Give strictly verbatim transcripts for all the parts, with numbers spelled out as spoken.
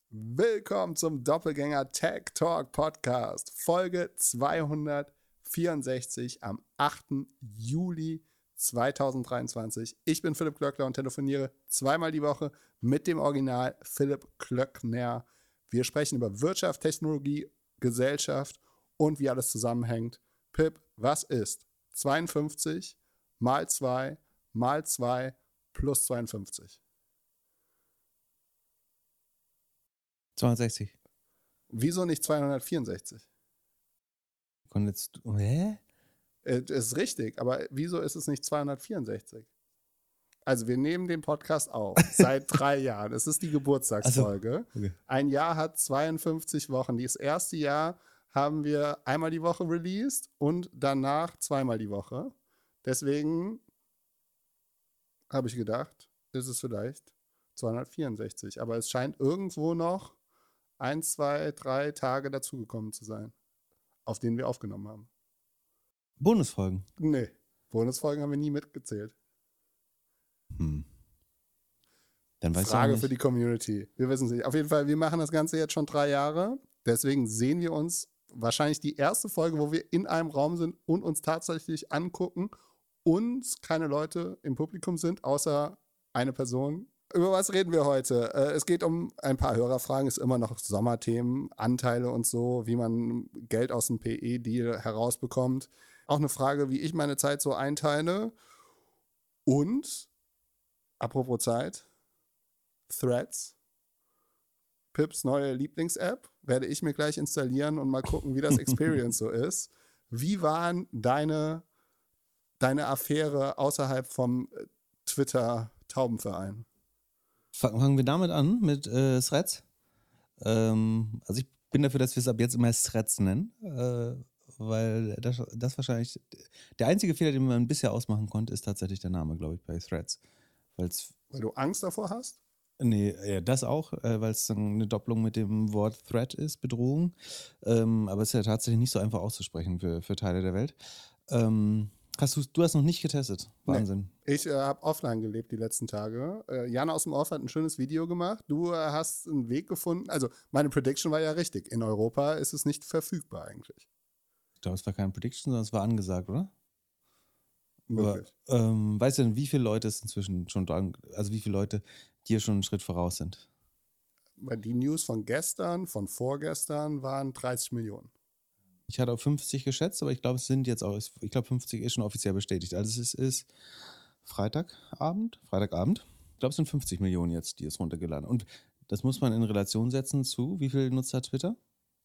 Willkommen zum Doppelgänger Tech Talk Podcast, Folge zweihundertvierundsechzig am achten Juli zweitausenddreiundzwanzig. Ich bin Philipp Klöckner und telefoniere zweimal die Woche mit dem Original Philipp Klöckner. Wir sprechen über Wirtschaft, Technologie, Gesellschaft und wie alles zusammenhängt. Pip, was ist zweiundfünfzig mal zwei mal zwei plus zweiundfünfzig? zweihundertsechzig. Wieso nicht zweihundertvierundsechzig? Und jetzt, hä? Äh, ist richtig, aber wieso ist es nicht zweihundertvierundsechzig? Also wir nehmen den Podcast auf seit drei Jahren. Es ist die Geburtstagsfolge. Also, okay. Ein Jahr hat zweiundfünfzig Wochen. Das erste Jahr haben wir einmal die Woche released und danach zweimal die Woche. Deswegen habe ich gedacht, ist es vielleicht zweihundertvierundsechzig. Aber es scheint irgendwo noch ein, zwei, drei Tage dazugekommen zu sein, auf denen wir aufgenommen haben. Bonusfolgen? Nee, Bonusfolgen haben wir nie mitgezählt. Hm. Dann weiß Frage ich auch nicht. für die Community. Wir wissen es nicht. Auf jeden Fall, wir machen das Ganze jetzt schon drei Jahre. Deswegen sehen wir uns wahrscheinlich die erste Folge, wo wir in einem Raum sind und uns tatsächlich angucken und keine Leute im Publikum sind, außer eine Person. Über was reden wir heute? Äh, es geht um ein paar Hörerfragen, ist immer noch Sommerthemen, Anteile und so, wie man Geld aus dem P E-Deal herausbekommt. Auch eine Frage, wie ich meine Zeit so einteile. Und, apropos Zeit, Threads, Pips neue Lieblings-App, werde ich mir gleich installieren und mal gucken, wie das Experience so ist. Wie waren deine, deine Affäre außerhalb vom Twitter-Taubenverein? Fangen wir damit an, mit äh, Threads. Ähm, also ich bin dafür, dass wir es ab jetzt immer Threads nennen, äh, weil das, das wahrscheinlich, der einzige Fehler, den man bisher ausmachen konnte, ist tatsächlich der Name, glaube ich, bei Threads. Weil's, Weil du Angst davor hast? Nee, ja, das auch, äh, weil es dann eine Doppelung mit dem Wort Threat ist, Bedrohung. Ähm, aber es ist ja tatsächlich nicht so einfach auszusprechen für, für Teile der Welt. Ähm, hast du, du hast noch nicht getestet. Wahnsinn. Nee. Ich äh, habe offline gelebt die letzten Tage. Äh, Jana aus dem Off hat ein schönes Video gemacht. Du äh, hast einen Weg gefunden. Also meine Prediction war ja richtig. In Europa ist es nicht verfügbar eigentlich. Ich glaube, es war keine Prediction, sondern es war angesagt, oder? Möglich. Aber, ähm, weißt du denn, wie viele Leute es inzwischen schon dran, also wie viele Leute dir schon einen Schritt voraus sind? Die News von gestern, von vorgestern waren dreißig Millionen. Ich hatte auf fünfzig geschätzt, aber ich glaube, es sind jetzt auch, ich glaube, fünfzig ist schon offiziell bestätigt. Also es ist Freitagabend, Freitagabend. Ich glaube, es sind fünfzig Millionen jetzt, die es runtergeladen. Und das muss man in Relation setzen zu, wie viel nutzt hat Twitter?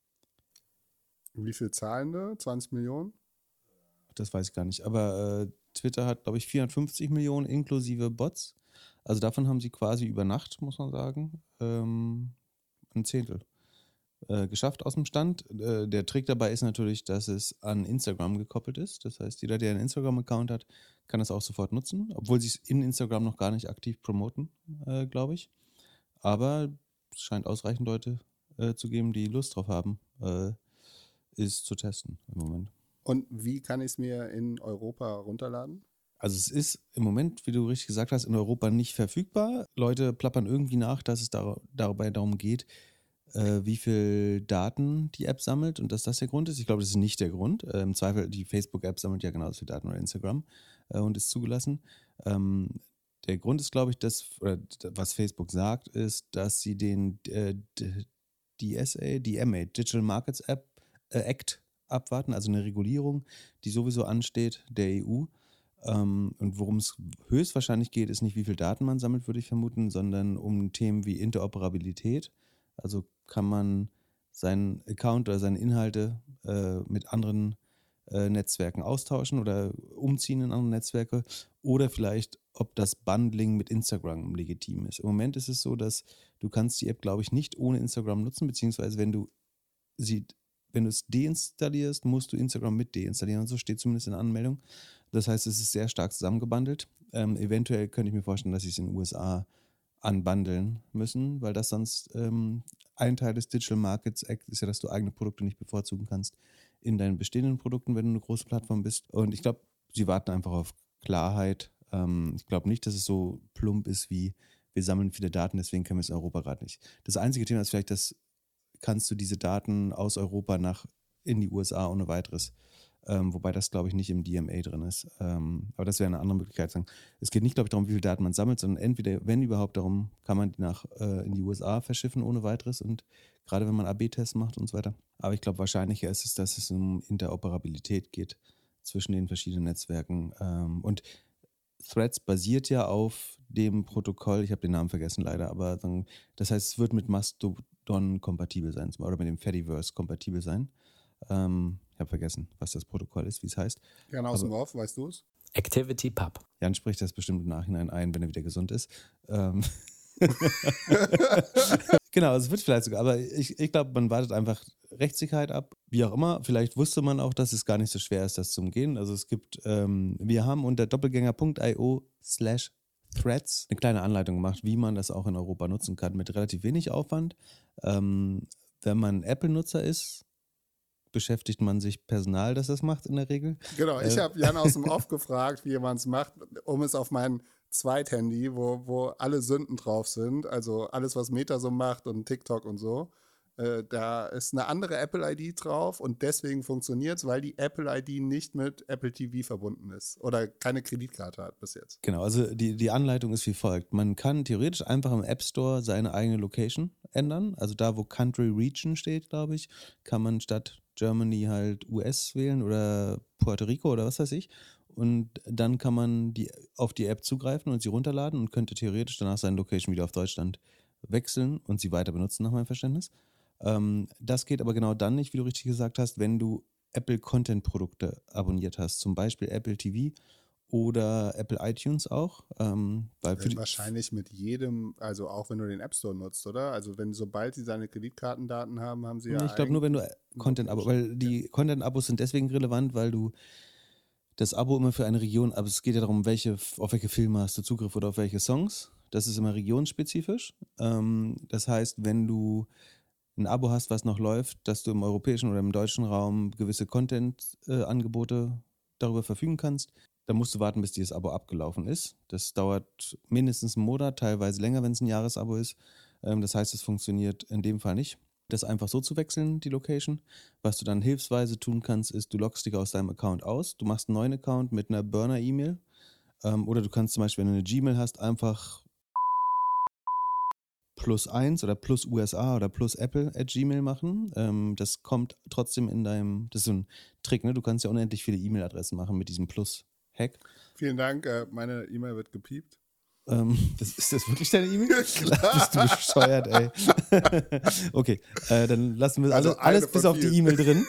Wie viel Zahlende? zwanzig Millionen? Das weiß ich gar nicht. Aber äh, Twitter hat, glaube ich, vierhundertfünfzig Millionen inklusive Bots. Also davon haben sie quasi über Nacht, muss man sagen, ähm, ein Zehntel äh, geschafft aus dem Stand. Äh, der Trick dabei ist natürlich, dass es an Instagram gekoppelt ist. Das heißt, jeder, der einen Instagram-Account hat, kann das auch sofort nutzen, obwohl sie es in Instagram noch gar nicht aktiv promoten, äh, glaube ich. Aber es scheint ausreichend Leute äh, zu geben, die Lust drauf haben, äh, ist zu testen im Moment. Und wie kann ich es mir in Europa runterladen? Also es ist im Moment, wie du richtig gesagt hast, in Europa nicht verfügbar. Leute plappern irgendwie nach, dass es dar- dabei darum geht, äh, wie viel Daten die App sammelt und dass das der Grund ist. Ich glaube, das ist nicht der Grund. Äh, Im Zweifel, die Facebook-App sammelt ja genauso viel Daten oder Instagram äh, und ist zugelassen. Ähm, der Grund ist, glaube ich, dass, oder was Facebook sagt, ist, dass sie den äh, D S A, D M A, Digital Markets App, äh, Act abwarten, also eine Regulierung, die sowieso ansteht, der E U. Ähm, und worum es höchstwahrscheinlich geht, ist nicht, wie viel Daten man sammelt, würde ich vermuten, sondern um Themen wie Interoperabilität. Also kann man seinen Account oder seine Inhalte äh, mit anderen äh, Netzwerken austauschen oder umziehen in andere Netzwerke oder vielleicht, ob das Bundling mit Instagram legitim ist. Im Moment ist es so, dass du kannst die App, glaube ich, nicht ohne Instagram nutzen, beziehungsweise wenn du sie, wenn du es deinstallierst, musst du Instagram mit deinstallieren und so steht zumindest in der Anmeldung. Das heißt, es ist sehr stark zusammengebundelt. Ähm, eventuell könnte ich mir vorstellen, dass sie es in den U S A anbundeln müssen, weil das sonst ähm, ein Teil des Digital Markets Act ist ja, dass du eigene Produkte nicht bevorzugen kannst in deinen bestehenden Produkten, wenn du eine große Plattform bist. Und ich glaube, sie warten einfach auf Klarheit. Ähm, ich glaube nicht, dass es so plump ist wie wir sammeln viele Daten, deswegen können wir es in Europa gerade nicht. Das einzige Thema ist vielleicht, dass kannst du diese Daten aus Europa nach in die U S A ohne weiteres. Ähm, wobei das, glaube ich, nicht im D M A drin ist. Ähm, aber das wäre eine andere Möglichkeit. Es geht nicht, glaube ich, darum, wie viele Daten man sammelt, sondern entweder, wenn überhaupt darum, kann man die nach äh, in die U S A verschiffen ohne weiteres und gerade wenn man A B-Tests macht und so weiter. Aber ich glaube, wahrscheinlicher ist es, dass es um Interoperabilität geht zwischen den verschiedenen Netzwerken. Ähm, und Threads basiert ja auf dem Protokoll, ich habe den Namen vergessen leider, aber dann, das heißt, es wird mit Mastodon kompatibel sein oder mit dem Fediverse kompatibel sein. Ähm, ich habe vergessen, was das Protokoll ist, wie es heißt. Gerne aus dem Off, weißt du es? ActivityPub. Jan spricht das bestimmt im Nachhinein ein, wenn er wieder gesund ist. Ähm genau, es wird vielleicht sogar, aber ich, ich glaube, man wartet einfach Rechtssicherheit ab. Wie auch immer, vielleicht wusste man auch, dass es gar nicht so schwer ist, das zu umgehen. Also es gibt, ähm, wir haben unter doppelgänger punkt io slash threads eine kleine Anleitung gemacht, wie man das auch in Europa nutzen kann, mit relativ wenig Aufwand. Ähm, wenn man Apple-Nutzer ist, beschäftigt man sich Personal, das das macht in der Regel. Genau, ich Äh, habe Jan aus dem Off gefragt, wie man es macht, um es auf mein Zweithandy, wo, wo alle Sünden drauf sind, also alles, was Meta so macht und TikTok und so, äh, da ist eine andere Apple-I D drauf und deswegen funktioniert es, weil die Apple-I D nicht mit Apple T V verbunden ist oder keine Kreditkarte hat bis jetzt. Genau, also die, die Anleitung ist wie folgt. Man kann theoretisch einfach im App Store seine eigene Location ändern. Also da, wo Country Region steht, glaube ich, kann man statt Germany halt U S wählen oder Puerto Rico oder was weiß ich. Und dann kann man die, auf die App zugreifen und sie runterladen und könnte theoretisch danach seine Location wieder auf Deutschland wechseln und sie weiter benutzen, nach meinem Verständnis. Ähm, das geht aber genau dann nicht, wie du richtig gesagt hast, wenn du Apple-Content-Produkte abonniert hast. Zum Beispiel Apple T V oder Apple iTunes auch. Ähm, weil für Äh, die, wahrscheinlich mit jedem, also auch wenn du den App Store nutzt, oder? Also wenn sobald sie seine Kreditkartendaten haben, haben sie ja ich glaube nur, wenn du eigentlich- Content-Abo, weil die Content-Abos sind deswegen relevant, weil du das Abo immer für eine Region, aber es geht ja darum, welche, auf welche Filme hast du Zugriff oder auf welche Songs. Das ist immer regionsspezifisch. Ähm, das heißt, wenn du ein Abo hast, was noch läuft, dass du im europäischen oder im deutschen Raum gewisse Content-Angebote darüber verfügen kannst, dann musst du warten, bis dieses Abo abgelaufen ist. Das dauert mindestens einen Monat, teilweise länger, wenn es ein Jahresabo ist. Ähm, das heißt, es funktioniert in dem Fall nicht, das einfach so zu wechseln, die Location. Was du dann hilfsweise tun kannst, ist, du loggst dich aus deinem Account aus, du machst einen neuen Account mit einer Burner-E-Mail ähm, oder du kannst zum Beispiel, wenn du eine Gmail hast, einfach plus eins oder plus U S A oder plus Apple at Gmail machen. Ähm, das kommt trotzdem in deinem, das ist so ein Trick, ne? Du kannst ja unendlich viele E-Mail-Adressen machen mit diesem Plus-Hack. Vielen Dank, äh, meine E-Mail wird gepiept. Ähm, das, ist das wirklich deine E-Mail? Bist du bescheuert, ey. Okay, äh, dann lassen wir Also alles, alles eine bis von auf die vielen. E-Mail drin.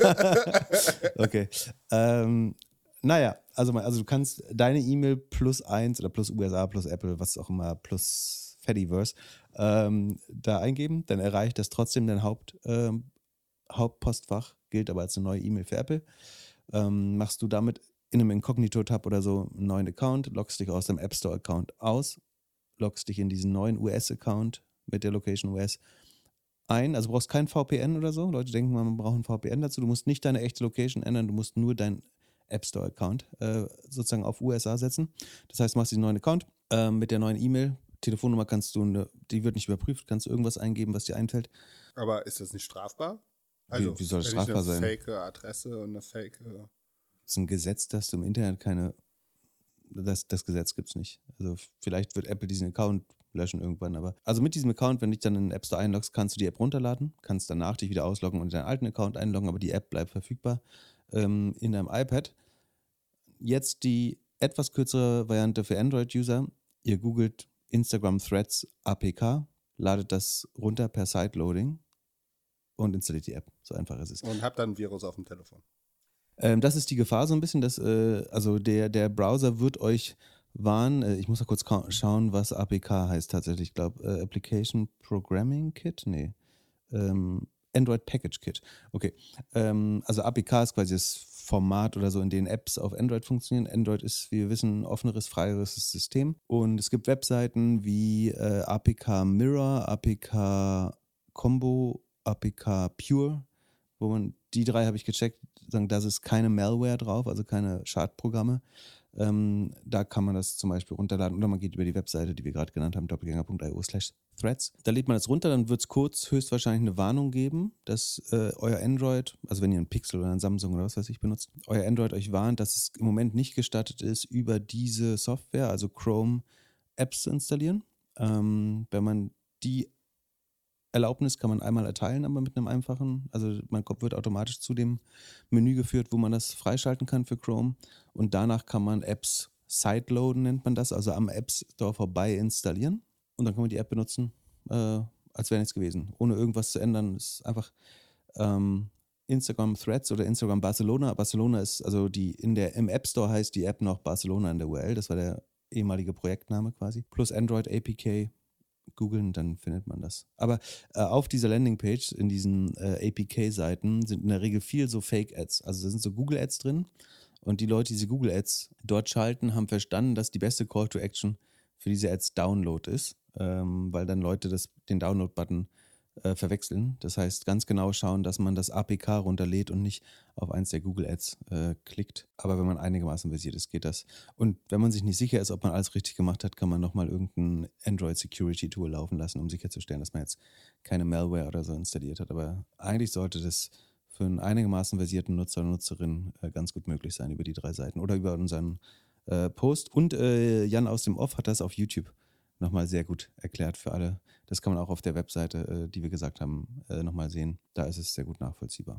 Okay. Ähm, naja, also, mal- also du kannst deine E-Mail plus eins oder plus U S A, plus Apple, was auch immer, plus Fediverse, ähm, da eingeben. Dann erreicht das trotzdem dein Haupt, ähm, Hauptpostfach, gilt aber als eine neue E-Mail für Apple. Ähm, machst du damit in einem Inkognito-Tab oder so einen neuen Account, loggst dich aus dem App Store-Account aus, loggst dich in diesen neuen U S-Account mit der Location U S ein. Also brauchst kein V P N oder so. Leute denken mal, man braucht ein V P N dazu. Du musst nicht deine echte Location ändern, du musst nur deinen App Store-Account äh, sozusagen auf U S A setzen. Das heißt, du machst diesen neuen Account äh, mit der neuen E-Mail. Telefonnummer kannst du, eine, die wird nicht überprüft, kannst du irgendwas eingeben, was dir einfällt. Aber ist das nicht strafbar? Wie- Also, wie soll das wenn ich strafbar eine sein? fake Adresse und eine fake. äh, Das ist ein Gesetz, dass du im Internet keine. Das, das Gesetz gibt es nicht. Also vielleicht wird Apple diesen Account löschen irgendwann, aber. Also mit diesem Account, wenn du dich dann in den App Store einloggst, kannst du die App runterladen, kannst danach dich wieder ausloggen und in deinen alten Account einloggen, aber die App bleibt verfügbar ähm, in deinem iPad. Jetzt die etwas kürzere Variante für Android-User. Ihr googelt Instagram Threads A P K, ladet das runter per Sideloading und installiert die App. So einfach ist es. Und hab dann ein Virus auf dem Telefon. Ähm, das ist die Gefahr so ein bisschen, dass äh, also der, der Browser wird euch warnen. Äh, ich muss mal kurz ka- schauen, was A P K heißt tatsächlich. Ich glaube, äh, Application Programming Kit? Nee. Ähm, Android Package Kit. Okay. Ähm, also A P K ist quasi das Format oder so, in denen Apps auf Android funktionieren. Android ist, wie wir wissen, ein offeneres, freieres System. Und es gibt Webseiten wie äh, A P K Mirror, A P K Combo, A P K Pure, wo man, die drei habe ich gecheckt, sagen, da ist keine Malware drauf, also keine Schadprogramme. Ähm, da kann man das zum Beispiel runterladen oder man geht über die Webseite, die wir gerade genannt haben, doppelgänger punkt io slash threads. Da lädt man das runter, dann wird es kurz höchstwahrscheinlich eine Warnung geben, dass äh, euer Android, also wenn ihr ein Pixel oder ein Samsung oder was weiß ich benutzt, euer Android euch warnt, dass es im Moment nicht gestattet ist, über diese Software, also Chrome, Apps zu installieren. Ähm, wenn man die Erlaubnis kann man einmal erteilen, aber mit einem einfachen, also man kommt, wird automatisch zu dem Menü geführt, wo man das freischalten kann für Chrome und danach kann man Apps sideloaden, nennt man das, also am App Store vorbei installieren und dann kann man die App benutzen, äh, als wäre nichts gewesen, ohne irgendwas zu ändern. Es ist einfach ähm, Instagram Threads oder Instagram Barcelona. Barcelona ist, also die in der, im App Store heißt die App noch Barcelona in der U R L, das war der ehemalige Projektname quasi, plus Android A P K. Googeln, dann findet man das. Aber äh, auf dieser Landingpage, in diesen äh, A P K-Seiten, sind in der Regel viel so Fake-Ads. Also da sind so Google-Ads drin und die Leute, die diese Google-Ads dort schalten, haben verstanden, dass die beste Call-to-Action für diese Ads Download ist, ähm, weil dann Leute das, den Download-Button äh, verwechseln. Das heißt, ganz genau schauen, dass man das A P K runterlädt und nicht auf eins der Google-Ads äh, klickt. Aber wenn man einigermaßen versiert ist, geht das. Und wenn man sich nicht sicher ist, ob man alles richtig gemacht hat, kann man nochmal irgendein Android-Security-Tool laufen lassen, um sicherzustellen, dass man jetzt keine Malware oder so installiert hat. Aber eigentlich sollte das für einen einigermaßen versierten Nutzer oder Nutzerin äh, ganz gut möglich sein über die drei Seiten oder über unseren äh, Post. Und äh, Jan aus dem Off hat das auf YouTube nochmal sehr gut erklärt für alle. Das kann man auch auf der Webseite, äh, die wir gesagt haben, äh, nochmal sehen. Da ist es sehr gut nachvollziehbar.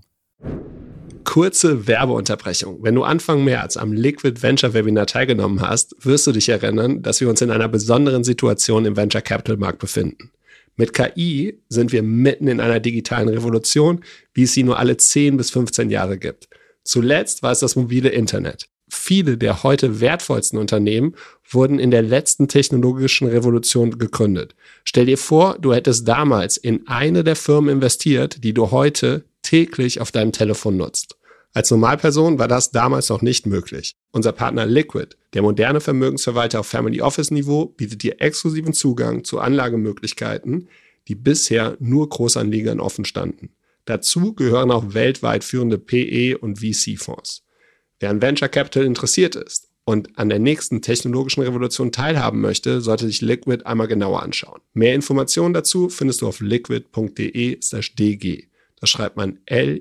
Kurze Werbeunterbrechung. Wenn du Anfang März am Liquid Venture Webinar teilgenommen hast, wirst du dich erinnern, dass wir uns in einer besonderen Situation im Venture Capital Markt befinden. Mit K I sind wir mitten in einer digitalen Revolution, wie es sie nur alle zehn bis fünfzehn Jahre gibt. Zuletzt war es das mobile Internet. Viele der heute wertvollsten Unternehmen wurden in der letzten technologischen Revolution gegründet. Stell dir vor, du hättest damals in eine der Firmen investiert, die du heute täglich auf deinem Telefon nutzt. Als Normalperson war das damals noch nicht möglich. Unser Partner Liquid, der moderne Vermögensverwalter auf Family Office Niveau, bietet dir exklusiven Zugang zu Anlagemöglichkeiten, die bisher nur Großanlegern offen standen. Dazu gehören auch weltweit führende P E- und V C-Fonds. Wer an Venture Capital interessiert ist und an der nächsten technologischen Revolution teilhaben möchte, sollte sich Liquid einmal genauer anschauen. Mehr Informationen dazu findest du auf liquid.de slash dg. Das schreibt man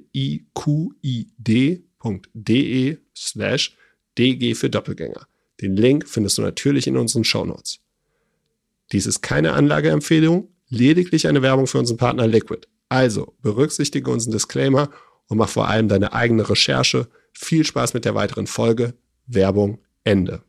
L-I-Q-I-D.de slash dg für Doppelgänger. Den Link findest du natürlich in unseren Shownotes. Dies ist keine Anlageempfehlung, lediglich eine Werbung für unseren Partner Liquid. Also berücksichtige unseren Disclaimer und mach vor allem deine eigene Recherche. Viel Spaß mit der weiteren Folge. Werbung Ende.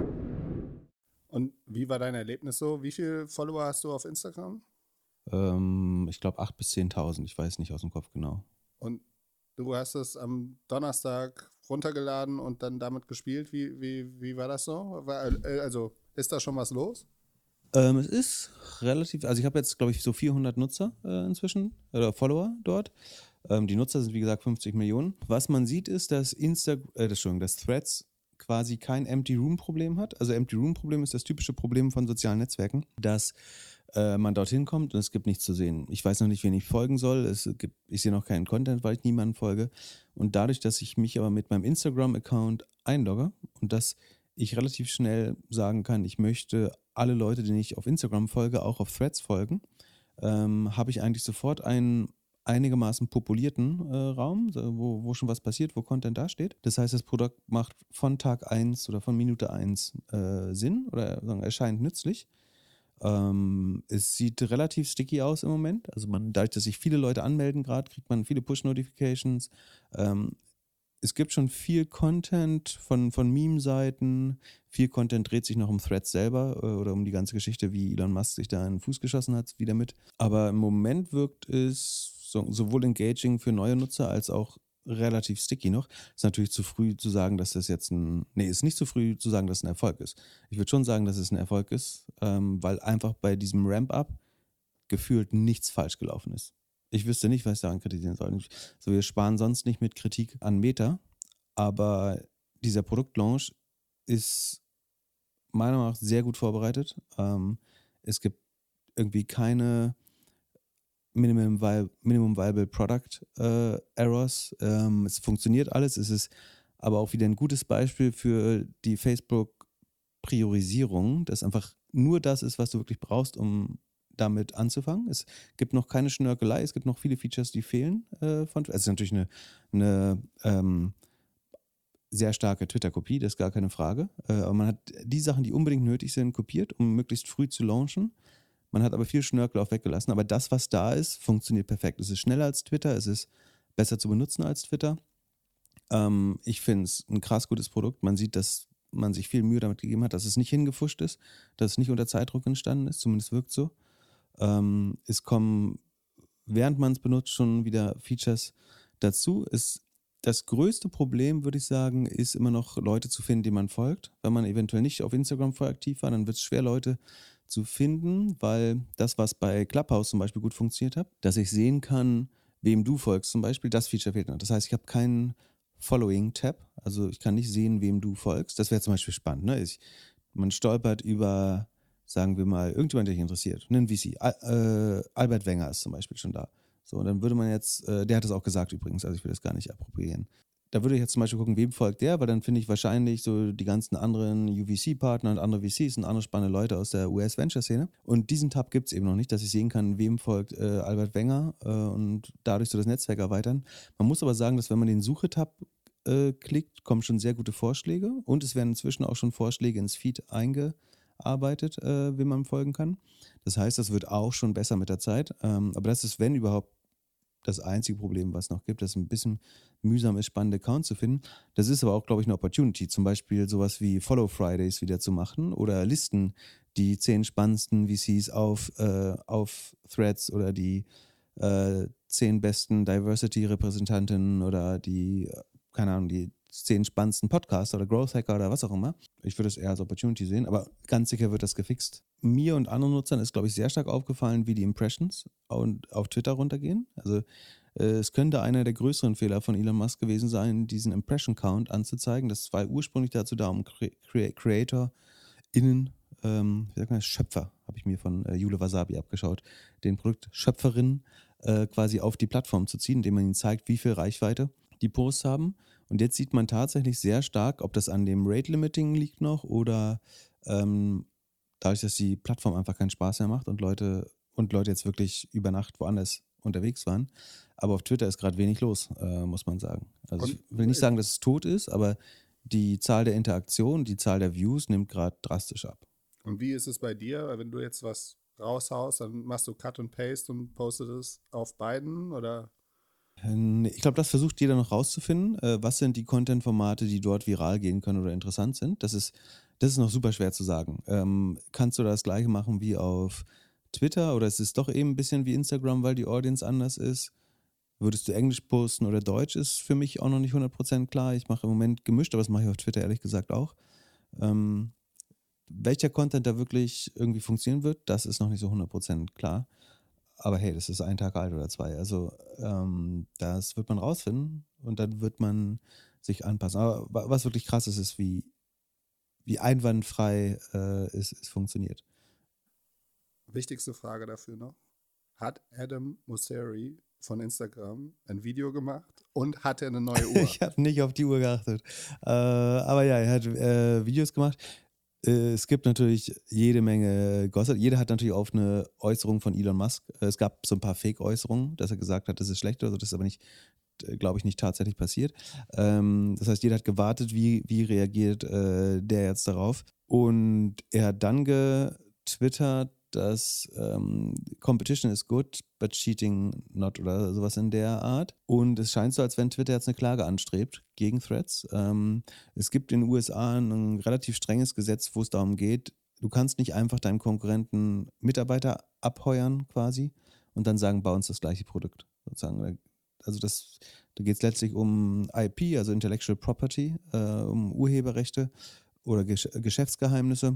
Und wie war dein Erlebnis so? Wie viele Follower hast du auf Instagram? Ähm, ich glaube achttausend bis zehntausend, ich weiß nicht aus dem Kopf genau. Und du hast es am Donnerstag runtergeladen und dann damit gespielt. Wie, wie, wie war das so? War, äh, also ist da schon was los? Ähm, es ist relativ, also ich habe jetzt, glaube ich, so vierhundert Nutzer äh, inzwischen, oder Follower dort. Ähm, die Nutzer sind, wie gesagt, fünfzig Millionen. Was man sieht, ist, dass Insta, äh, Entschuldigung, dass Threads quasi kein Empty Room Problem hat. Also Empty Room Problem ist das typische Problem von sozialen Netzwerken, dass äh, man dorthin kommt und es gibt nichts zu sehen. Ich weiß noch nicht, wen ich folgen soll. Es gibt, ich sehe noch keinen Content, weil ich niemanden folge. Und dadurch, dass ich mich aber mit meinem Instagram-Account einlogge und dass ich relativ schnell sagen kann, ich möchte alle Leute, denen ich auf Instagram folge, auch auf Threads folgen, ähm, habe ich eigentlich sofort einen einigermaßen populierten äh, Raum, wo, wo schon was passiert, wo Content dasteht. Das heißt, das Produkt macht von Tag eins oder von Minute eins äh, Sinn oder sagen, erscheint nützlich. Ähm, es sieht relativ sticky aus im Moment. Also man, dadurch, dass sich viele Leute anmelden gerade, kriegt man viele Push-Notifications. Ähm, es gibt schon viel Content von, von Meme-Seiten. Viel Content dreht sich noch um Threads selber äh, oder um die ganze Geschichte, wie Elon Musk sich da in den Fuß geschossen hat, wieder mit. Aber im Moment wirkt es so, sowohl engaging für neue Nutzer als auch relativ sticky noch. Ist natürlich zu früh zu sagen, dass das jetzt ein, nee, ist nicht zu früh zu sagen, dass es ein Erfolg ist. Ich würde schon sagen, dass es ein Erfolg ist, ähm, weil einfach bei diesem Ramp-Up gefühlt nichts falsch gelaufen ist. Ich wüsste nicht, was ich daran kritisieren soll. So, wir sparen sonst nicht mit Kritik an Meta, aber dieser Produktlaunch ist meiner Meinung nach sehr gut vorbereitet. Ähm, es gibt irgendwie keine Minimum, Vi- Minimum Viable Product äh, Errors. Ähm, es funktioniert alles. Es ist aber auch wieder ein gutes Beispiel für die Facebook-Priorisierung, dass einfach nur das ist, was du wirklich brauchst, um damit anzufangen. Es gibt noch keine Schnörkelei, es gibt noch viele Features, die fehlen äh, von Twitter. Es ist natürlich eine, eine ähm, sehr starke Twitter-Kopie, das ist gar keine Frage. Äh, aber man hat die Sachen, die unbedingt nötig sind, kopiert, um möglichst früh zu launchen. Man hat aber viel Schnörkel auch weggelassen. Aber das, was da ist, funktioniert perfekt. Es ist schneller als Twitter, es ist besser zu benutzen als Twitter. Ähm, ich finde es ein krass gutes Produkt. Man sieht, dass man sich viel Mühe damit gegeben hat, dass es nicht hingefuscht ist, dass es nicht unter Zeitdruck entstanden ist, zumindest wirkt so. Ähm, es kommen, während man es benutzt, schon wieder Features dazu. Es, das größte Problem, würde ich sagen, ist immer noch Leute zu finden, die man folgt. Wenn man eventuell nicht auf Instagram vorher aktiv war, dann wird es schwer, Leute zu finden, weil das, was bei Clubhouse zum Beispiel gut funktioniert hat, dass ich sehen kann, wem du folgst zum Beispiel, das Feature fehlt noch. Das heißt, ich habe keinen Following-Tab, also ich kann nicht sehen, wem du folgst. Das wäre zum Beispiel spannend. Ne? Ich, man stolpert über, sagen wir mal, irgendjemand, der dich interessiert. Einen V C. Al, äh, Albert Wenger ist zum Beispiel schon da. So, und dann würde man jetzt, äh, der hat das auch gesagt übrigens, also ich will das gar nicht appropriieren. Da würde ich jetzt zum Beispiel gucken, wem folgt der, weil dann finde ich wahrscheinlich so die ganzen anderen U V C-Partner und andere V Cs und andere spannende Leute aus der U S-Venture-Szene. Und diesen Tab gibt es eben noch nicht, dass ich sehen kann, wem folgt äh, Albert Wenger äh, und dadurch so das Netzwerk erweitern. Man muss aber sagen, dass wenn man den Suche-Tab äh, klickt, kommen schon sehr gute Vorschläge und es werden inzwischen auch schon Vorschläge ins Feed eingearbeitet, äh, wem man folgen kann. Das heißt, das wird auch schon besser mit der Zeit. Ähm, aber das ist, wenn überhaupt, das einzige Problem, was es noch gibt, dass es ein bisschen mühsam ist, spannende Accounts zu finden. Das ist aber auch, glaube ich, eine Opportunity, zum Beispiel sowas wie Follow Fridays wieder zu machen oder Listen, die zehn spannendsten V Cs auf, äh, auf Threads oder die äh, zehn besten Diversity-Repräsentantinnen oder die, keine Ahnung, die zehn spannendsten Podcaster oder Growth Hacker oder was auch immer. Ich würde es eher als Opportunity sehen, aber ganz sicher wird das gefixt. Mir und anderen Nutzern ist, glaube ich, sehr stark aufgefallen, wie die Impressions auf Twitter runtergehen. Also äh, es könnte einer der größeren Fehler von Elon Musk gewesen sein, diesen Impression-Count anzuzeigen. Das war ursprünglich dazu da, um Cre Cre CreatorInnen, ähm, wie sagt man das, Schöpfer, habe ich mir von äh, Jule Wasabi abgeschaut, den Produktschöpferinnen äh, quasi auf die Plattform zu ziehen, indem man ihnen zeigt, wie viel Reichweite die Posts haben. Und jetzt sieht man tatsächlich sehr stark, ob das an dem Rate-Limiting liegt noch oder ähm, dadurch, dass die Plattform einfach keinen Spaß mehr macht und Leute und Leute jetzt wirklich über Nacht woanders unterwegs waren. Aber auf Twitter ist gerade wenig los, äh, muss man sagen. Also ich will nicht sagen, dass es tot ist, aber die Zahl der Interaktionen, die Zahl der Views nimmt gerade drastisch ab. Und wie ist es bei dir, wenn du jetzt was raushaust, dann machst du Cut und Paste und postest es auf beiden oder? Ich glaube, das versucht jeder noch rauszufinden. Was sind die Content-Formate, die dort viral gehen können oder interessant sind? Das ist, das ist noch super schwer zu sagen. Ähm, kannst du das gleiche machen wie auf Twitter oder ist es doch eben ein bisschen wie Instagram, weil die Audience anders ist? Würdest du Englisch posten oder Deutsch, ist für mich auch noch nicht hundert Prozent klar. Ich mache im Moment gemischt, aber das mache ich auf Twitter ehrlich gesagt auch. Ähm, welcher Content da wirklich irgendwie funktionieren wird, das ist noch nicht so hundert Prozent klar. Aber hey, das ist ein Tag alt oder zwei. Also ähm, das wird man rausfinden und dann wird man sich anpassen. Aber was wirklich krass ist, ist, wie, wie einwandfrei äh, es, es funktioniert. Wichtigste Frage dafür noch. Hat Adam Mosseri von Instagram ein Video gemacht und hat er eine neue Uhr? Ich habe nicht auf die Uhr geachtet. Äh, aber ja, er hat äh, Videos gemacht. Es gibt natürlich jede Menge Gossip. Jeder hat natürlich auf eine Äußerung von Elon Musk. Es gab so ein paar Fake-Äußerungen, dass er gesagt hat, das ist schlecht oder so. Das ist aber nicht, glaube ich, nicht tatsächlich passiert. Ähm, das heißt, jeder hat gewartet, wie, wie reagiert äh, der jetzt darauf. Und er hat dann getwittert, dass ähm, Competition is good, but cheating not oder sowas in der Art. Und es scheint so, als wenn Twitter jetzt eine Klage anstrebt gegen Threads. Ähm, es gibt in den U S A ein relativ strenges Gesetz, wo es darum geht, du kannst nicht einfach deinem Konkurrenten Mitarbeiter abheuern quasi und dann sagen, bau uns das gleiche Produkt. Sozusagen. Also das, da geht es letztlich um I P, also Intellectual Property, äh, um Urheberrechte oder Gesch- Geschäftsgeheimnisse.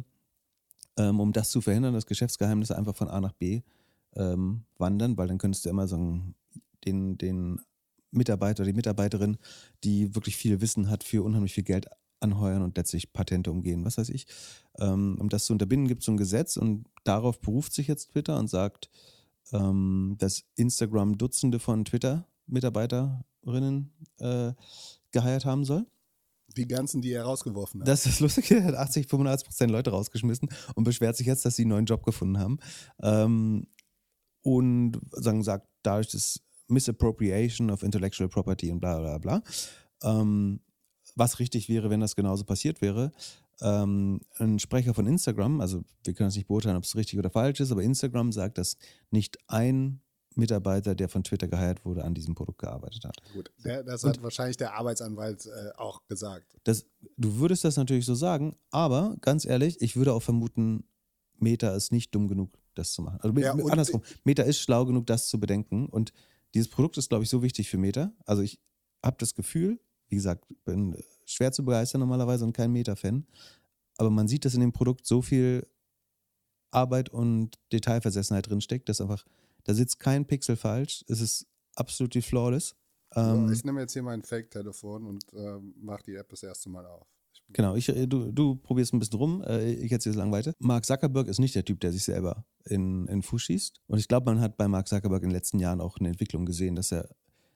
Um das zu verhindern, dass Geschäftsgeheimnisse einfach von A nach B ähm, wandern, weil dann könntest du immer so den, den Mitarbeiter oder die Mitarbeiterin, die wirklich viel Wissen hat, für unheimlich viel Geld anheuern und letztlich Patente umgehen, was weiß ich. Ähm, um das zu unterbinden, gibt es so ein Gesetz und darauf beruft sich jetzt Twitter und sagt, ähm, dass Instagram Dutzende von Twitter-Mitarbeiterinnen äh, geheiert haben soll. Die ganzen, die er rausgeworfen hat. Das ist lustig, er hat achtzig, fünfundachtzig Prozent Leute rausgeschmissen und beschwert sich jetzt, dass sie einen neuen Job gefunden haben. Ähm, und sagen, sagt, dadurch das Misappropriation of Intellectual Property und bla bla bla. Ähm, was richtig wäre, wenn das genauso passiert wäre. Ähm, ein Sprecher von Instagram, also wir können es nicht beurteilen, ob es richtig oder falsch ist, aber Instagram sagt, dass nicht ein Mitarbeiter, der von Twitter geheiert wurde, an diesem Produkt gearbeitet hat. Gut, der, das Und hat wahrscheinlich der Arbeitsanwalt äh, auch gesagt. Das, du würdest das natürlich so sagen, aber ganz ehrlich, ich würde auch vermuten, Meta ist nicht dumm genug, das zu machen. Also Ja, und- andersrum, Meta ist schlau genug, das zu bedenken und dieses Produkt ist, glaube ich, so wichtig für Meta. Also ich habe das Gefühl, wie gesagt, bin schwer zu begeistern normalerweise und kein Meta-Fan, aber man sieht, dass in dem Produkt so viel Arbeit und Detailversessenheit drinsteckt, dass einfach, da sitzt kein Pixel falsch, es ist absolut flawless. Ähm, So, ich nehme jetzt hier mein Fake-Telefon und äh, mache die App das erste Mal auf. Ich bin- Genau, ich, äh, du, du probierst ein bisschen rum, äh, ich erzähle es lang weiter. Mark Zuckerberg ist nicht der Typ, der sich selber in, in den Fuß schießt. Und ich glaube, man hat bei Mark Zuckerberg in den letzten Jahren auch eine Entwicklung gesehen, dass er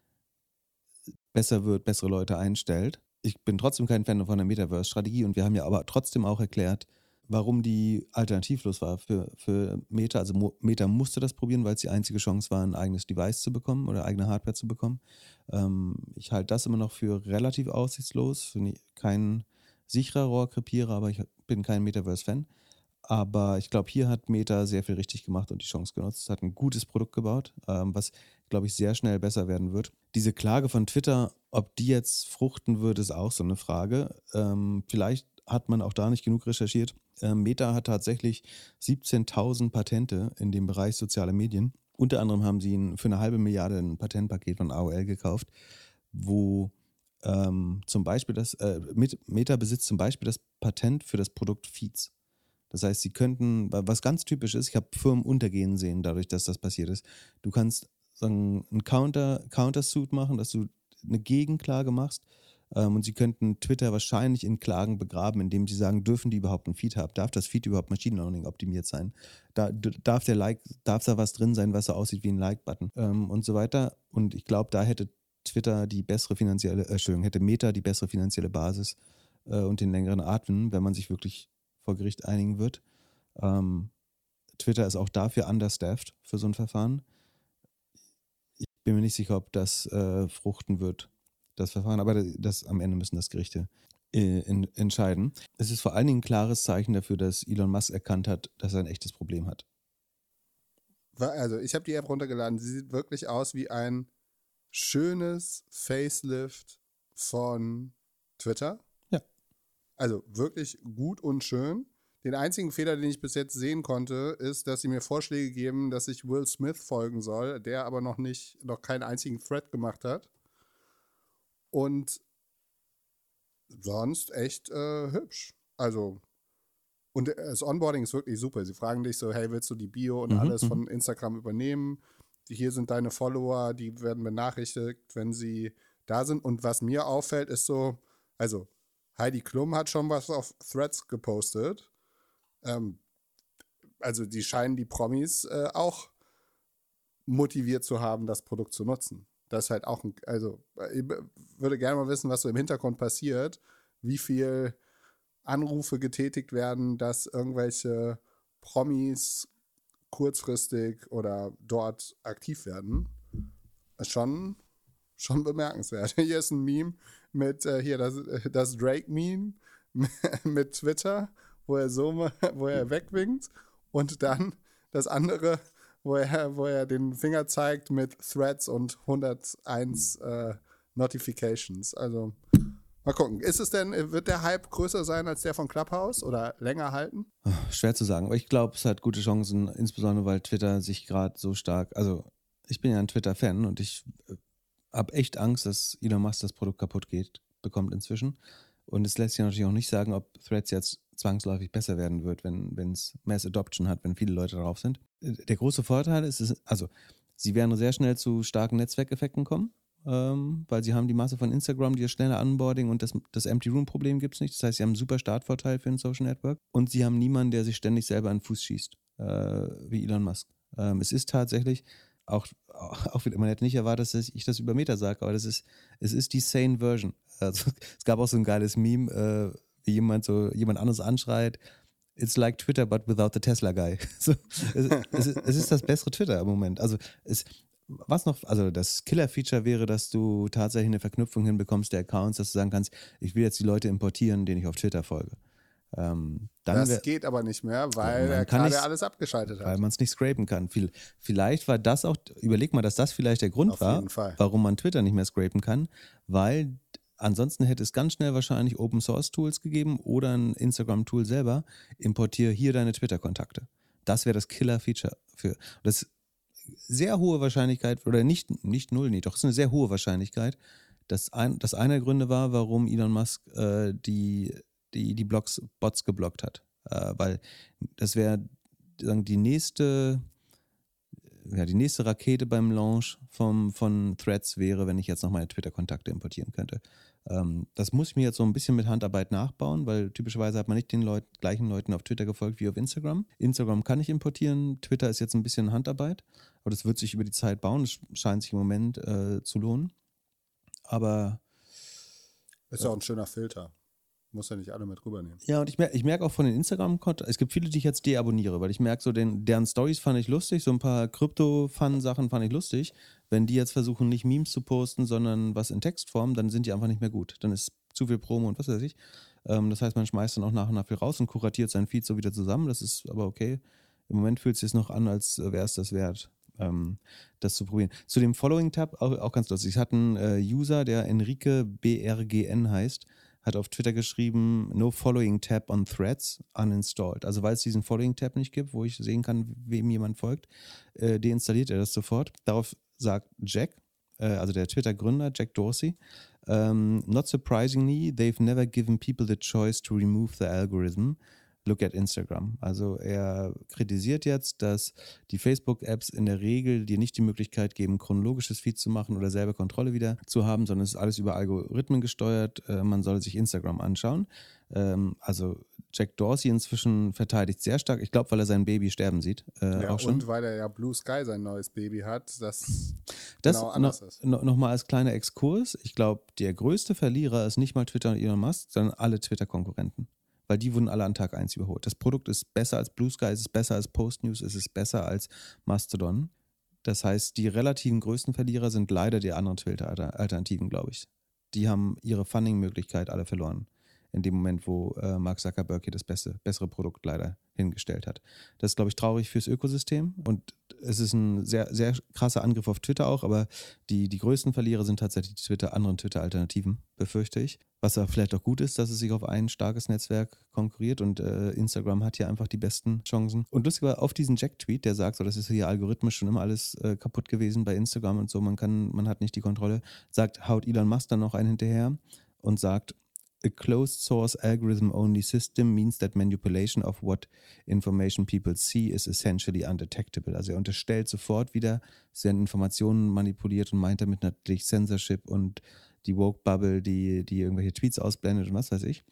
besser wird, bessere Leute einstellt. Ich bin trotzdem kein Fan von der Metaverse-Strategie und wir haben ja aber trotzdem auch erklärt, warum die alternativlos war für, für Meta. Also Mo- Meta musste das probieren, weil es die einzige Chance war, ein eigenes Device zu bekommen oder eigene Hardware zu bekommen. Ähm, ich halte das immer noch für relativ aussichtslos, für nie- kein sicherer Rohrkrepierer, aber ich bin kein Metaverse-Fan. Aber ich glaube, hier hat Meta sehr viel richtig gemacht und die Chance genutzt. Es hat ein gutes Produkt gebaut, ähm, was, glaube ich, sehr schnell besser werden wird. Diese Klage von Twitter, ob die jetzt fruchten wird, ist auch so eine Frage. Ähm, vielleicht hat man auch da nicht genug recherchiert. Ähm, Meta hat tatsächlich siebzehntausend Patente in dem Bereich soziale Medien. Unter anderem haben sie ein, für eine halbe Milliarde ein Patentpaket von A O L gekauft, wo ähm, zum Beispiel das, äh, Meta besitzt zum Beispiel das Patent für das Produkt Feeds. Das heißt, sie könnten, was ganz typisch ist, ich habe Firmen untergehen sehen, dadurch, dass das passiert ist. Du kannst sagen, einen Counter, Countersuit machen, dass du eine Gegenklage machst. Ähm, und sie könnten Twitter wahrscheinlich in Klagen begraben, indem sie sagen, dürfen die überhaupt ein Feed haben? Darf das Feed überhaupt Machine Learning optimiert sein? Da, d- darf der Like, darf da was drin sein, was so aussieht wie ein Like-Button? Ähm, und so weiter. Und ich glaube, da hätte Twitter die bessere finanzielle, äh, Entschuldigung, hätte Meta die bessere finanzielle Basis äh, und den längeren Atem, wenn man sich wirklich vor Gericht einigen wird. Ähm, Twitter ist auch dafür understaffed für so ein Verfahren. Ich bin mir nicht sicher, ob das äh, fruchten wird, das Verfahren, aber das, am Ende müssen das Gerichte äh, in, entscheiden. Es ist vor allen Dingen ein klares Zeichen dafür, dass Elon Musk erkannt hat, dass er ein echtes Problem hat. Also, ich habe die App runtergeladen. Sie sieht wirklich aus wie ein schönes Facelift von Twitter. Ja. Also wirklich gut und schön. Den einzigen Fehler, den ich bis jetzt sehen konnte, ist, dass sie mir Vorschläge geben, dass ich Will Smith folgen soll, der aber noch nicht, noch keinen einzigen Thread gemacht hat. Und sonst echt äh, hübsch. Also, und das Onboarding ist wirklich super. Sie fragen dich so, hey, willst du die Bio und Mhm, alles mhm. von Instagram übernehmen? Die, hier sind deine Follower, die werden benachrichtigt, wenn sie da sind. Und was mir auffällt, ist so, also Heidi Klum hat schon was auf Threads gepostet. Ähm, also die scheinen die Promis äh, auch motiviert zu haben, das Produkt zu nutzen. Das ist halt auch ein, also ich würde gerne mal wissen, was so im Hintergrund passiert, wie viel Anrufe getätigt werden, dass irgendwelche Promis kurzfristig oder dort aktiv werden. Ist schon, schon bemerkenswert. Hier ist ein Meme mit, äh, hier das, das Drake-Meme mit Twitter, wo er so, wo er wegwinkt und dann das andere, wo er, wo er den Finger zeigt mit Threads und hunderteins äh, Notifications. Also mal gucken. Ist es denn, wird der Hype größer sein als der von Clubhouse oder länger halten? Schwer zu sagen, aber ich glaube, es hat gute Chancen, insbesondere weil Twitter sich gerade so stark, also ich bin ja ein Twitter-Fan und ich äh, habe echt Angst, dass Elon Musk das Produkt kaputt geht, bekommt inzwischen. Und es lässt sich natürlich auch nicht sagen, ob Threads jetzt zwangsläufig besser werden wird, wenn es Mass Adoption hat, wenn viele Leute drauf sind. Der große Vorteil ist, ist also sie werden sehr schnell zu starken Netzwerkeffekten kommen, ähm, weil sie haben die Masse von Instagram, die das schnelle Onboarding und das, das Empty Room Problem gibt es nicht. Das heißt, sie haben einen super Startvorteil für ein Social Network und sie haben niemanden, der sich ständig selber an den Fuß schießt, äh, wie Elon Musk. Ähm, es ist tatsächlich auch, auch wieder, man hätte nicht erwartet, dass ich das über Meta sage, aber das ist, es ist die sane Version. Also, es gab auch so ein geiles Meme, äh, wie jemand so jemand anderes anschreit, it's like Twitter, but without the Tesla guy. So, es, es, ist, es ist das bessere Twitter im Moment. Also es, was noch, also das Killer-Feature wäre, dass du tatsächlich eine Verknüpfung hinbekommst der Accounts, dass du sagen kannst, ich will jetzt die Leute importieren, denen ich auf Twitter folge. Ähm, dann das wär, geht aber nicht mehr, weil ja, er gerade alles abgeschaltet hat. Weil man es nicht scrapen kann. Viel, vielleicht war das auch, überleg mal, dass das vielleicht der Grund Auf war, jeden Fall. warum man Twitter nicht mehr scrapen kann, weil ansonsten hätte es ganz schnell wahrscheinlich Open-Source-Tools gegeben oder ein Instagram-Tool selber, importiere hier deine Twitter-Kontakte. Das wäre das Killer-Feature für. Das ist sehr hohe Wahrscheinlichkeit, oder nicht, nicht null, nee, doch, es ist eine sehr hohe Wahrscheinlichkeit, dass ein, das einer der Gründe war, warum Elon Musk äh, die die, die Blogs, Bots geblockt hat. Äh, weil das wäre die nächste, ja, die nächste Rakete beim Launch vom, von Threads wäre, wenn ich jetzt noch meine Twitter-Kontakte importieren könnte. Ähm, das muss ich mir jetzt so ein bisschen mit Handarbeit nachbauen, weil typischerweise hat man nicht den Leut, gleichen Leuten auf Twitter gefolgt wie auf Instagram. Instagram kann ich importieren, Twitter ist jetzt ein bisschen Handarbeit, aber das wird sich über die Zeit bauen. Das scheint sich im Moment äh, zu lohnen. Aber ist ja auch ein schöner Filter. Muss ja nicht alle mit rübernehmen. Ja, und ich merke ich merk auch von den Instagram-Konten, es gibt viele, die ich jetzt deabonniere, weil ich merke, so den, deren Stories fand ich lustig, so ein paar Krypto-Fun-Sachen fand ich lustig. Wenn die jetzt versuchen, nicht Memes zu posten, sondern was in Textform, dann sind die einfach nicht mehr gut. Dann ist zu viel Promo und was weiß ich. Ähm, das heißt, man schmeißt dann auch nach und nach viel raus und kuratiert seinen Feed so wieder zusammen. Das ist aber okay. Im Moment fühlt es sich noch an, als wäre es das wert, ähm, das zu probieren. Zu dem Following-Tab auch, auch ganz lustig. Ich hatte einen äh, User, der Enrique B R G N heißt, hat auf Twitter geschrieben, no following tab on threads uninstalled. Also weil es diesen following tab nicht gibt, wo ich sehen kann, wem jemand folgt, äh, deinstalliert er das sofort. Darauf sagt Jack, äh, also der Twitter-Gründer, Jack Dorsey, um, not surprisingly, they've never given people the choice to remove the algorithm. Look at Instagram. Also er kritisiert jetzt, dass die Facebook-Apps in der Regel dir nicht die Möglichkeit geben, chronologisches Feed zu machen oder selber Kontrolle wieder zu haben, sondern es ist alles über Algorithmen gesteuert. Äh, man soll sich Instagram anschauen. Ähm, also Jack Dorsey inzwischen verteidigt sehr stark. Ich glaube, weil er sein Baby sterben sieht. Äh, ja, auch schon. Und weil er ja Blue Sky sein neues Baby hat, das, das genau anders no, ist. No, Nochmal als kleiner Exkurs. Ich glaube, der größte Verlierer ist nicht mal Twitter und Elon Musk, sondern alle Twitter-Konkurrenten. Weil die wurden alle an Tag eins überholt. Das Produkt ist besser als Blue Sky, es ist besser als Postnews, es ist besser als Mastodon. Das heißt, die relativen größten Verlierer sind leider die anderen Twitter-Alternativen, glaube ich. Die haben ihre Funding-Möglichkeit alle verloren. In dem Moment, wo äh, Mark Zuckerberg hier das beste, bessere Produkt leider hingestellt hat. Das ist, glaube ich, traurig fürs Ökosystem und es ist ein sehr, sehr krasser Angriff auf Twitter auch, aber die, die größten Verlierer sind tatsächlich die Twitter, anderen Twitter-Alternativen, befürchte ich. Was ja vielleicht auch gut ist, dass es sich auf ein starkes Netzwerk konkurriert und äh, Instagram hat ja einfach die besten Chancen. Und lustig war auf diesen Jack-Tweet, der sagt, so, das ist hier algorithmisch schon immer alles äh, kaputt gewesen bei Instagram und so, man kann, man hat nicht die Kontrolle, sagt, haut Elon Musk dann noch einen hinterher und sagt, a closed source algorithm only system means that manipulation of what information people see is essentially undetectable. Also er unterstellt sofort wieder, es werden Informationen manipuliert und meint damit natürlich Censorship und die Woke-Bubble, die, die irgendwelche Tweets ausblendet und was weiß ich.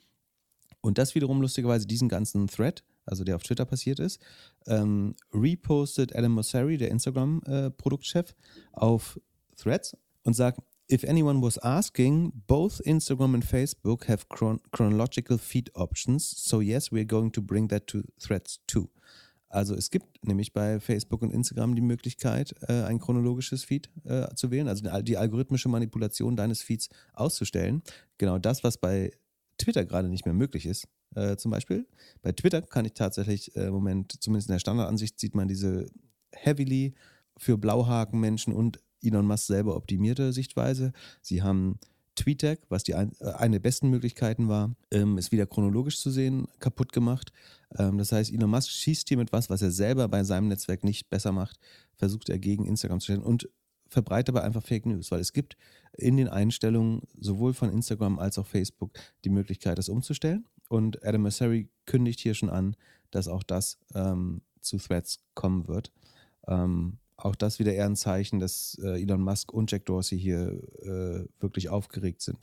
Und das wiederum lustigerweise diesen ganzen Thread, also der auf Twitter passiert ist, ähm, repostet Adam Mosseri, der Instagram-Produktchef, äh, auf Threads und sagt, if anyone was asking, both Instagram and Facebook have chron- chronological feed options, so yes, we're going to bring that to Threads too. Also es gibt nämlich bei Facebook und Instagram die Möglichkeit, äh, ein chronologisches Feed äh, zu wählen, also die, die algorithmische Manipulation deines Feeds auszustellen. Genau das, was bei Twitter gerade nicht mehr möglich ist. Äh, zum Beispiel bei Twitter kann ich tatsächlich äh, im Moment, zumindest in der Standardansicht, sieht man diese heavily für Blauhaken-Menschen und Elon Musk selber optimierte Sichtweise. Sie haben TweetDeck, was die ein, äh, eine der besten Möglichkeiten war, ähm, es wieder chronologisch zu sehen, kaputt gemacht. Ähm, das heißt, Elon Musk schießt hier mit was, was er selber bei seinem Netzwerk nicht besser macht, versucht er gegen Instagram zu stellen und verbreitet aber einfach Fake News, weil es gibt in den Einstellungen sowohl von Instagram als auch Facebook die Möglichkeit, das umzustellen. Und Adam Mosseri kündigt hier schon an, dass auch das ähm, zu Threads kommen wird. Ähm, Auch das wieder eher ein Zeichen, dass äh, Elon Musk und Jack Dorsey hier äh, wirklich aufgeregt sind.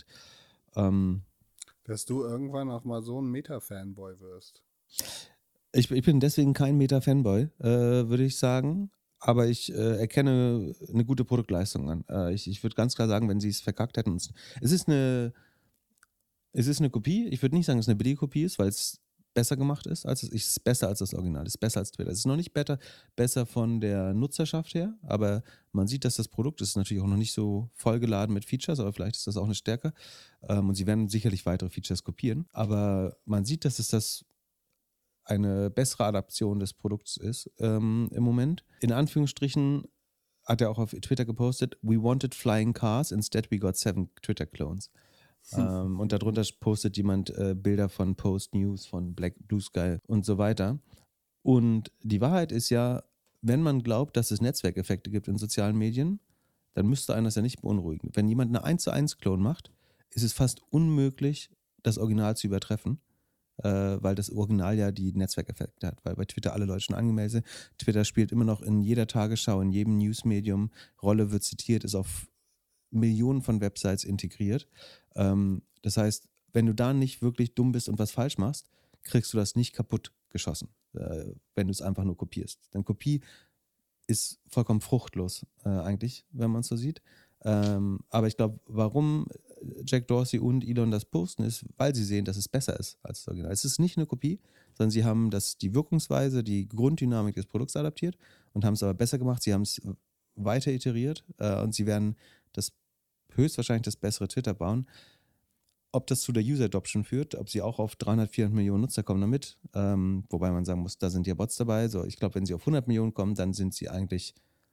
Ähm, dass du irgendwann auch mal so ein Meta-Fanboy wirst. Ich, ich bin deswegen kein Meta-Fanboy, äh, würde ich sagen. aber ich äh, erkenne eine gute Produktleistung an. Äh, ich ich würde ganz klar sagen, wenn sie es verkackt hätten. Es ist eine, es ist eine Kopie. Ich würde nicht sagen, dass es eine billige Kopie ist, weil es besser gemacht ist. Als es, es ist besser als das Original. Es ist besser als Twitter. Es ist noch nicht better, besser von der Nutzerschaft her, aber man sieht, dass das Produkt ist natürlich auch noch nicht so vollgeladen mit Features, aber vielleicht ist das auch eine Stärke. Ähm, und sie werden sicherlich weitere Features kopieren. Aber man sieht, dass es das eine bessere Adaption des Produkts ist ähm, im Moment. In Anführungsstrichen hat er auch auf Twitter gepostet, we wanted flying cars, instead we got seven Twitter-Clones. ähm, und darunter postet jemand äh, Bilder von Post News, von Black Blue Sky und so weiter. Und die Wahrheit ist ja, wenn man glaubt, dass es Netzwerkeffekte gibt in sozialen Medien, dann müsste einen das ja nicht beunruhigen. Wenn jemand eine eins zu eins Klon macht, ist es fast unmöglich, das Original zu übertreffen. Äh, weil das Original ja die Netzwerkeffekte hat, weil bei Twitter alle Leute schon angemeldet sind. Twitter spielt immer noch in jeder Tagesschau, in jedem Newsmedium, Rolle wird zitiert, ist auf Millionen von Websites integriert. Ähm, das heißt, wenn du da nicht wirklich dumm bist und was falsch machst, kriegst du das nicht kaputt geschossen, äh, wenn du es einfach nur kopierst. Denn Kopie ist vollkommen fruchtlos äh, eigentlich, wenn man es so sieht. Ähm, aber ich glaube, warum Jack Dorsey und Elon das posten, ist, weil sie sehen, dass es besser ist als das Original. Es ist nicht eine Kopie, sondern sie haben das, die Wirkungsweise, die Grunddynamik des Produkts adaptiert und haben es aber besser gemacht. Sie haben es weiter iteriert äh, und sie werden das höchstwahrscheinlich das bessere Twitter bauen. Ob das zu der User Adoption führt, ob sie auch auf dreihundert, vierhundert Millionen Nutzer kommen damit, ähm, wobei man sagen muss, da sind ja Bots dabei. So, ich glaube, wenn sie auf hundert Millionen kommen, dann sind sie eigentlich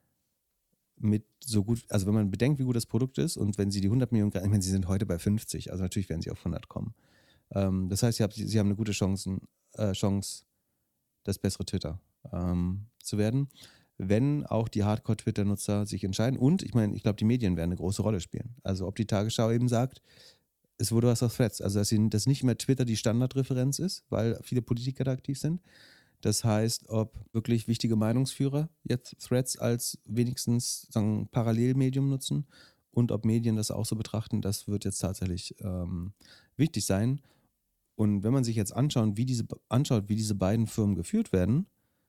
mit so gut, also wenn man bedenkt, wie gut das Produkt ist und wenn sie die hundert Millionen, ich meine, sie sind heute bei fünfzig, also natürlich werden sie auf hundert kommen. Ähm, das heißt, sie haben, sie haben eine gute Chance, äh, Chance das bessere Twitter ähm, zu werden, wenn auch die Hardcore-Twitter-Nutzer sich entscheiden. Und ich meine, ich glaube, die Medien werden eine große Rolle spielen. Also ob die Tagesschau eben sagt, es wurde was auf Threads, also dass, sie, dass nicht mehr Twitter die Standardreferenz ist, weil viele Politiker da aktiv sind. Das heißt, ob wirklich wichtige Meinungsführer jetzt Threads als wenigstens sagen, Parallelmedium nutzen und ob Medien das auch so betrachten, das wird jetzt tatsächlich ähm, wichtig sein. Und wenn man sich jetzt anschaut, wie diese, anschaut, wie diese beiden Firmen geführt werden,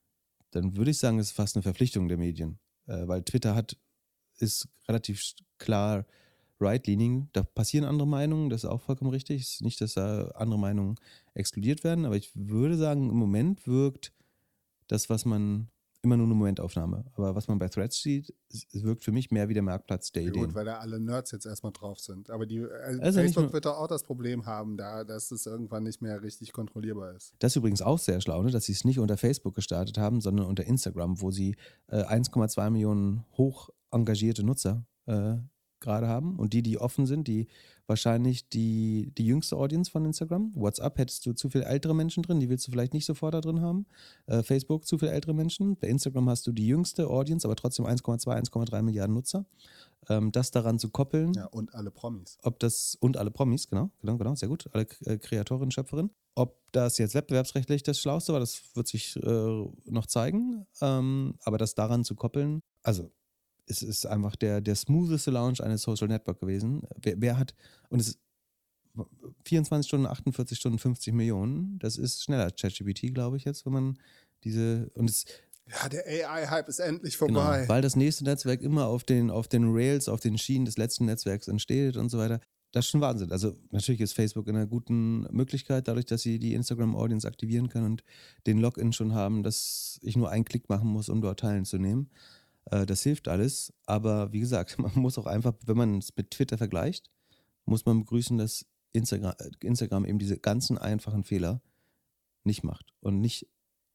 dann würde ich sagen, es ist fast eine Verpflichtung der Medien. Äh, weil Twitter hat, ist relativ klar right-leaning. Da passieren andere Meinungen, das ist auch vollkommen richtig. Es ist nicht, dass da andere Meinungen exkludiert werden, aber ich würde sagen, im Moment wirkt das, was man, immer nur eine Momentaufnahme, aber was man bei Threads sieht, es wirkt für mich mehr wie der Marktplatz der ja, Ideen. Gut, weil da alle Nerds jetzt erstmal drauf sind. Aber die, äh, Also Facebook wird da auch das Problem haben, da, dass es irgendwann nicht mehr richtig kontrollierbar ist. Das ist übrigens auch sehr schlau, ne, dass sie es nicht unter Facebook gestartet haben, sondern unter Instagram, wo sie äh, eins Komma zwei Millionen hoch engagierte Nutzer äh, gerade haben. Und die, die offen sind, die wahrscheinlich die, die jüngste Audience von Instagram. WhatsApp hättest du zu viele ältere Menschen drin, die willst du vielleicht nicht sofort da drin haben. Äh, Facebook zu viele ältere Menschen. Bei Instagram hast du die jüngste Audience, aber trotzdem eins Komma zwei, eins Komma drei Milliarden Nutzer. Ähm, das daran zu koppeln. Ja, und alle Promis. Ob das, und alle Promis, genau, genau, genau, sehr gut. Alle äh, Kreatorinnen, Schöpferinnen. Ob das jetzt wettbewerbsrechtlich das Schlauste war, das wird sich äh, noch zeigen. Ähm, aber das daran zu koppeln, also es ist einfach der, der smootheste Launch eines Social Network gewesen. Wer, wer hat, und es ist vierundzwanzig Stunden, achtundvierzig Stunden, fünfzig Millionen, das ist schneller als ChatGPT, glaube ich jetzt, wenn man diese, und es Ja, der A I-Hype ist endlich vorbei. Genau, weil das nächste Netzwerk immer auf den, auf den Rails, auf den Schienen des letzten Netzwerks entsteht und so weiter. Das ist schon Wahnsinn. Also natürlich ist Facebook in einer guten Möglichkeit, dadurch, dass sie die Instagram-Audience aktivieren können und den Login schon haben, dass ich nur einen Klick machen muss, um dort teilzunehmen. Äh, das hilft alles. Aber wie gesagt, man muss auch einfach, wenn man es mit Twitter vergleicht, muss man begrüßen, dass Instagram, Instagram eben diese ganzen einfachen Fehler nicht macht und nicht.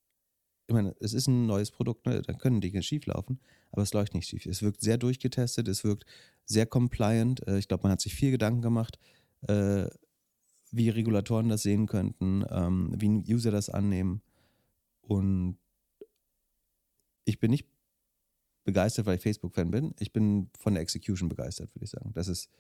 Ich meine, es ist ein neues Produkt, ne? Da können Dinge schief laufen, aber es läuft nicht schief. Es wirkt sehr durchgetestet, es wirkt sehr compliant. Ich glaube, man hat sich viel Gedanken gemacht, wie Regulatoren das sehen könnten, wie User das annehmen. Und ich bin nicht begeistert, weil ich Facebook-Fan bin. Ich bin von der Execution begeistert, würde ich sagen. Das ist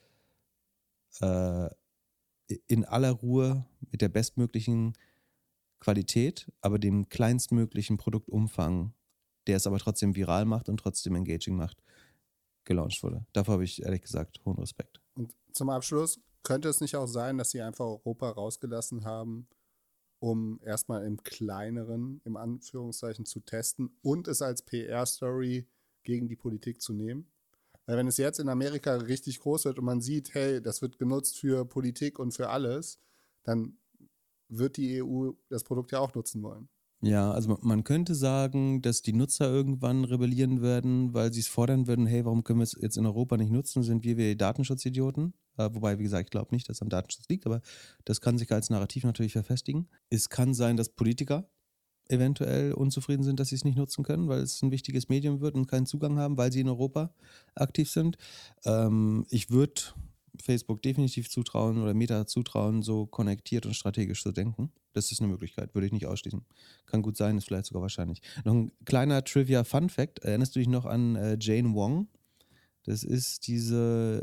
äh, in aller Ruhe mit der bestmöglichen Qualität, aber dem kleinstmöglichen Produktumfang, der es aber trotzdem viral macht und trotzdem engaging macht, gelauncht wurde. Davor habe ich ehrlich gesagt hohen Respekt. Und zum Abschluss, könnte es nicht auch sein, dass sie einfach Europa rausgelassen haben, um erstmal im Kleineren, im Anführungszeichen, zu testen und es als P R-Story gegen die Politik zu nehmen. Weil wenn es jetzt in Amerika richtig groß wird und man sieht, hey, das wird genutzt für Politik und für alles, dann wird die E U das Produkt ja auch nutzen wollen. Ja, also man- man könnte sagen, dass die Nutzer irgendwann rebellieren werden, weil sie es fordern würden, hey, warum können wir es jetzt in Europa nicht nutzen? Sind wir wie Datenschutzdidioten? Äh, wobei, wie gesagt, ich glaube nicht, dass es am Datenschutz liegt, aber das kann sich als Narrativ natürlich verfestigen. Es kann sein, dass Politiker eventuell unzufrieden sind, dass sie es nicht nutzen können, weil es ein wichtiges Medium wird und keinen Zugang haben, weil sie in Europa aktiv sind. Ähm, ich würde Facebook definitiv zutrauen oder Meta zutrauen, so konnektiert und strategisch zu denken. Das ist eine Möglichkeit, würde ich nicht ausschließen. Kann gut sein, ist vielleicht sogar wahrscheinlich. Noch ein kleiner Trivia-Fun-Fact. Erinnerst du dich noch an äh, Jane Wong? Das ist diese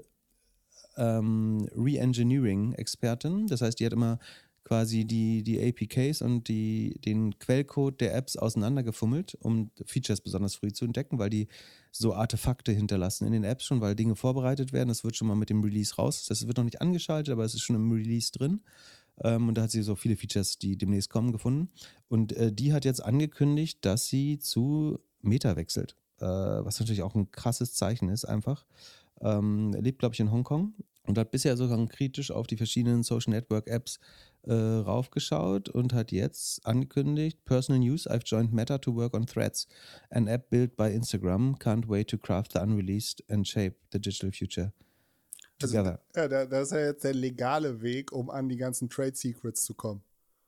ähm, Re-Engineering-Expertin. Das heißt, die hat immer quasi die, die A P Ks und die, den Quellcode der Apps auseinandergefummelt, um Features besonders früh zu entdecken, weil die so Artefakte hinterlassen in den Apps schon, weil Dinge vorbereitet werden. Das wird schon mal mit dem Release raus. Das wird noch nicht angeschaltet, aber es ist schon im Release drin. Ähm, und da hat sie so viele Features, die demnächst kommen, gefunden. Und äh, die hat jetzt angekündigt, dass sie zu Meta wechselt. Äh, was natürlich auch ein krasses Zeichen ist, einfach. Ähm, lebt, glaube ich, in Hongkong und hat bisher sogar kritisch auf die verschiedenen Social Network Apps äh, raufgeschaut und hat jetzt angekündigt: Personal News, I've joined Meta to work on Threads, an app built by Instagram. Can't wait to craft the unreleased and shape the digital future together. Also, ja, da- das ist ja jetzt der legale Weg, um an die ganzen Trade Secrets zu kommen.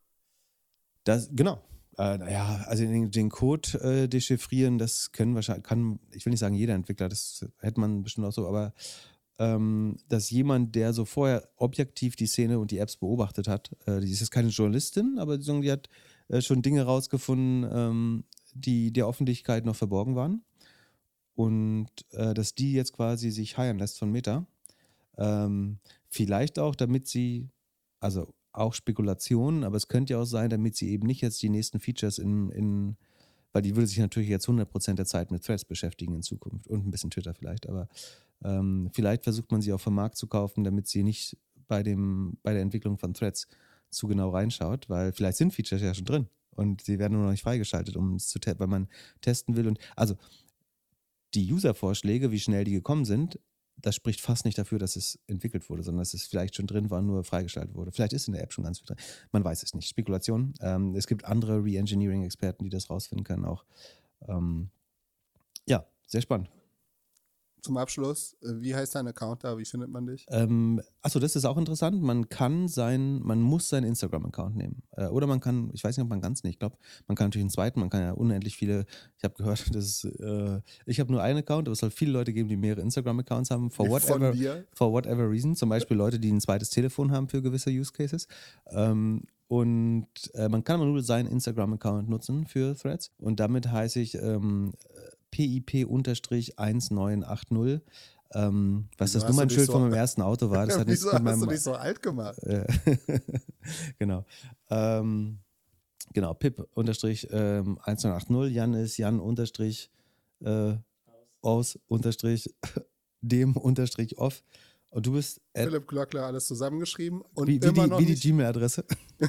Das, genau. Äh, naja, also den, den Code äh, dechiffrieren, das können wahrscheinlich, kann, ich will nicht sagen jeder Entwickler, das hätte man bestimmt auch so, aber ähm, dass jemand, der so vorher objektiv die Szene und die Apps beobachtet hat, äh, die ist jetzt keine Journalistin, aber die, die hat äh, schon Dinge rausgefunden, ähm, die der Öffentlichkeit noch verborgen waren. Und äh, dass die jetzt quasi sich hiren lässt von Meta. Ähm, vielleicht auch, damit sie, also auch Spekulationen, aber es könnte ja auch sein, damit sie eben nicht jetzt die nächsten Features in, in weil die würde sich natürlich jetzt hundert Prozent der Zeit mit Threads beschäftigen in Zukunft und ein bisschen Twitter vielleicht, aber ähm, vielleicht versucht man sie auch vom Markt zu kaufen, damit sie nicht bei, dem, bei der Entwicklung von Threads zu genau reinschaut, weil vielleicht sind Features ja schon drin und sie werden nur noch nicht freigeschaltet, um es zu te- weil man testen will. Und also die User-Vorschläge, wie schnell die gekommen sind, das spricht fast nicht dafür, dass es entwickelt wurde, sondern dass es vielleicht schon drin war, nur freigeschaltet wurde. Vielleicht ist in der App schon ganz viel drin. Man weiß es nicht. Spekulation. Ähm, es gibt andere Re-Engineering-Experten, die das rausfinden können auch. Ähm, ja, sehr spannend. Zum Abschluss, äh, wie heißt dein Account da? Wie findet man dich? Ähm, achso, das ist auch interessant. Man kann sein, man muss seinen Instagram-Account nehmen. Äh, oder man kann, ich weiß nicht, ob man ganz nicht, ich glaube, man kann natürlich einen zweiten, man kann ja unendlich viele, ich habe gehört, dass äh, ich habe nur einen Account, aber es soll viele Leute geben, die mehrere Instagram-Accounts haben, for whatever, Von dir? for whatever reason. Zum Beispiel Leute, die ein zweites Telefon haben für gewisse Use Cases. Ähm, und äh, man kann aber nur seinen Instagram-Account nutzen für Threads. Und damit heiße ich ähm, P I P eins neun acht null. Ähm, was Wieso das hast du Nummernschild dich so- von meinem ersten Auto war, das hat nichts Wieso mit hast du meinem. dich so alt gemacht? Äh, genau. Ähm, genau, Pip unterstrich ähm, eins neun acht null. Jan ist Jan unterstrich äh, aus unterstrich dem unterstrich off. Und du bist at, Philipp Glöckler, alles zusammengeschrieben und wie, wie, immer die, noch wie die nicht Gmail-Adresse.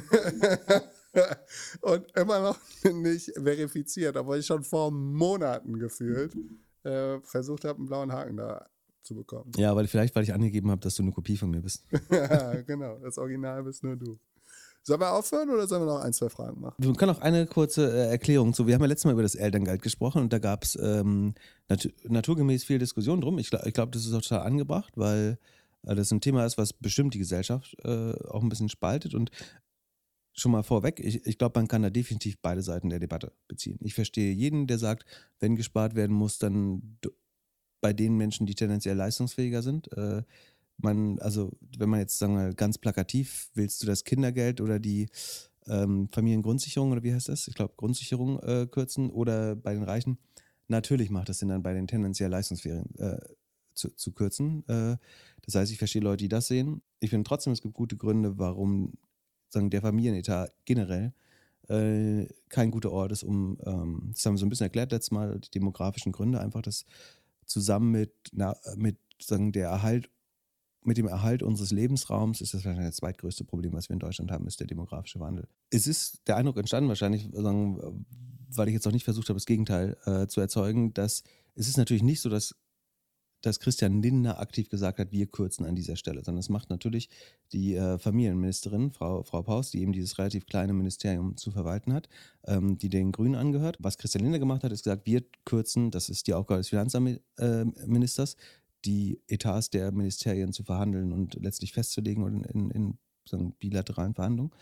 und immer noch nicht verifiziert, obwohl ich schon vor Monaten gefühlt äh, versucht habe, einen blauen Haken da zu bekommen. Ja, weil vielleicht, weil ich angegeben habe, dass du eine Kopie von mir bist. Ja, genau, das Original bist nur du. Sollen wir aufhören oder sollen wir noch ein, zwei Fragen machen? Wir können auch eine kurze äh, Erklärung zu. Wir haben ja letztes Mal über das Elterngeld gesprochen und da gab es ähm, nat naturgemäß viel Diskussion drum. Ich, gl ich glaube, das ist auch total angebracht, weil äh, das ein Thema ist, was bestimmt die Gesellschaft äh, auch ein bisschen spaltet. Und schon mal vorweg, ich, ich glaube, man kann da definitiv beide Seiten der Debatte beziehen. Ich verstehe jeden, der sagt, wenn gespart werden muss, dann bei den Menschen, die tendenziell leistungsfähiger sind. Äh, man, also wenn man jetzt sagen wir ganz plakativ, willst du das Kindergeld oder die ähm, Familiengrundsicherung oder wie heißt das? Ich glaube Grundsicherung äh, kürzen oder bei den Reichen. Natürlich macht es Sinn, dann bei den tendenziell leistungsfähigen äh, zu, zu kürzen. Äh, das heißt, ich verstehe Leute, die das sehen. Ich finde trotzdem, es gibt gute Gründe, warum sagen, der Familienetat generell äh, kein guter Ort ist, um, ähm, das haben wir so ein bisschen erklärt letztes Mal, die demografischen Gründe, einfach das zusammen mit, na, mit sagen, der Erhalt mit dem Erhalt unseres Lebensraums ist das wahrscheinlich das zweitgrößte Problem, was wir in Deutschland haben, ist der demografische Wandel. Es ist der Eindruck entstanden wahrscheinlich, sagen, weil ich jetzt auch nicht versucht habe, das Gegenteil äh, zu erzeugen, dass es ist natürlich nicht so, dass, dass Christian Lindner aktiv gesagt hat, wir kürzen an dieser Stelle, sondern es macht natürlich die äh, Familienministerin, Frau, Frau Paus, die eben dieses relativ kleine Ministerium zu verwalten hat, ähm, die den Grünen angehört. Was Christian Lindner gemacht hat, ist gesagt, wir kürzen, das ist die Aufgabe des Finanzministers, die Etats der Ministerien zu verhandeln und letztlich festzulegen in, in, in sagen, bilateralen Verhandlungen.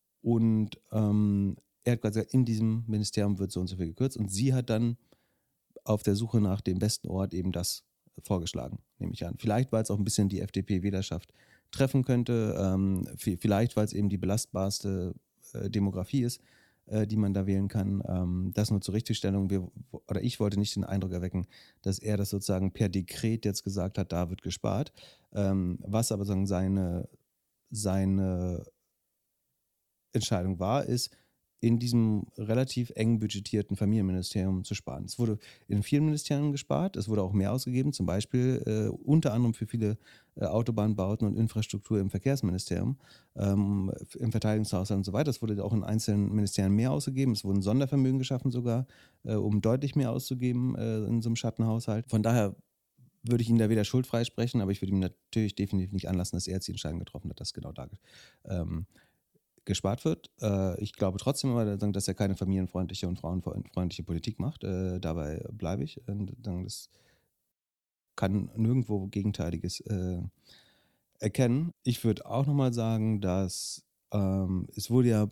Und ähm, er hat gesagt, in diesem Ministerium wird so und so viel gekürzt. Und sie hat dann auf der Suche nach dem besten Ort eben das vorgeschlagen, nehme ich an. Vielleicht, weil es auch ein bisschen die F D P-Wählerschaft treffen könnte. Ähm, vielleicht, weil es eben die belastbarste äh, Demografie ist, äh, die man da wählen kann. Ähm, das nur zur Richtigstellung. Wir, oder ich wollte nicht den Eindruck erwecken, dass er das sozusagen per Dekret jetzt gesagt hat, da wird gespart. Ähm, was aber sagen seine, seine Entscheidung war, ist, in diesem relativ eng budgetierten Familienministerium zu sparen. Es wurde in vielen Ministerien gespart, es wurde auch mehr ausgegeben, zum Beispiel äh, unter anderem für viele äh, Autobahnbauten und Infrastruktur im Verkehrsministerium, ähm, im Verteidigungshaushalt und so weiter. Es wurde auch in einzelnen Ministerien mehr ausgegeben, es wurden Sondervermögen geschaffen sogar, äh, um deutlich mehr auszugeben äh, in so einem Schattenhaushalt. Von daher würde ich ihn da weder schuldfrei sprechen, aber ich würde ihm natürlich definitiv nicht anlassen, dass er jetzt die Entscheidung getroffen hat, dass genau da ähm, gespart wird. Äh, ich glaube trotzdem aber, dass er keine familienfreundliche und frauenfreundliche Politik macht. Äh, dabei bleibe ich. Und das kann nirgendwo Gegenteiliges äh, erkennen. Ich würde auch nochmal sagen, dass ähm, es wurde ja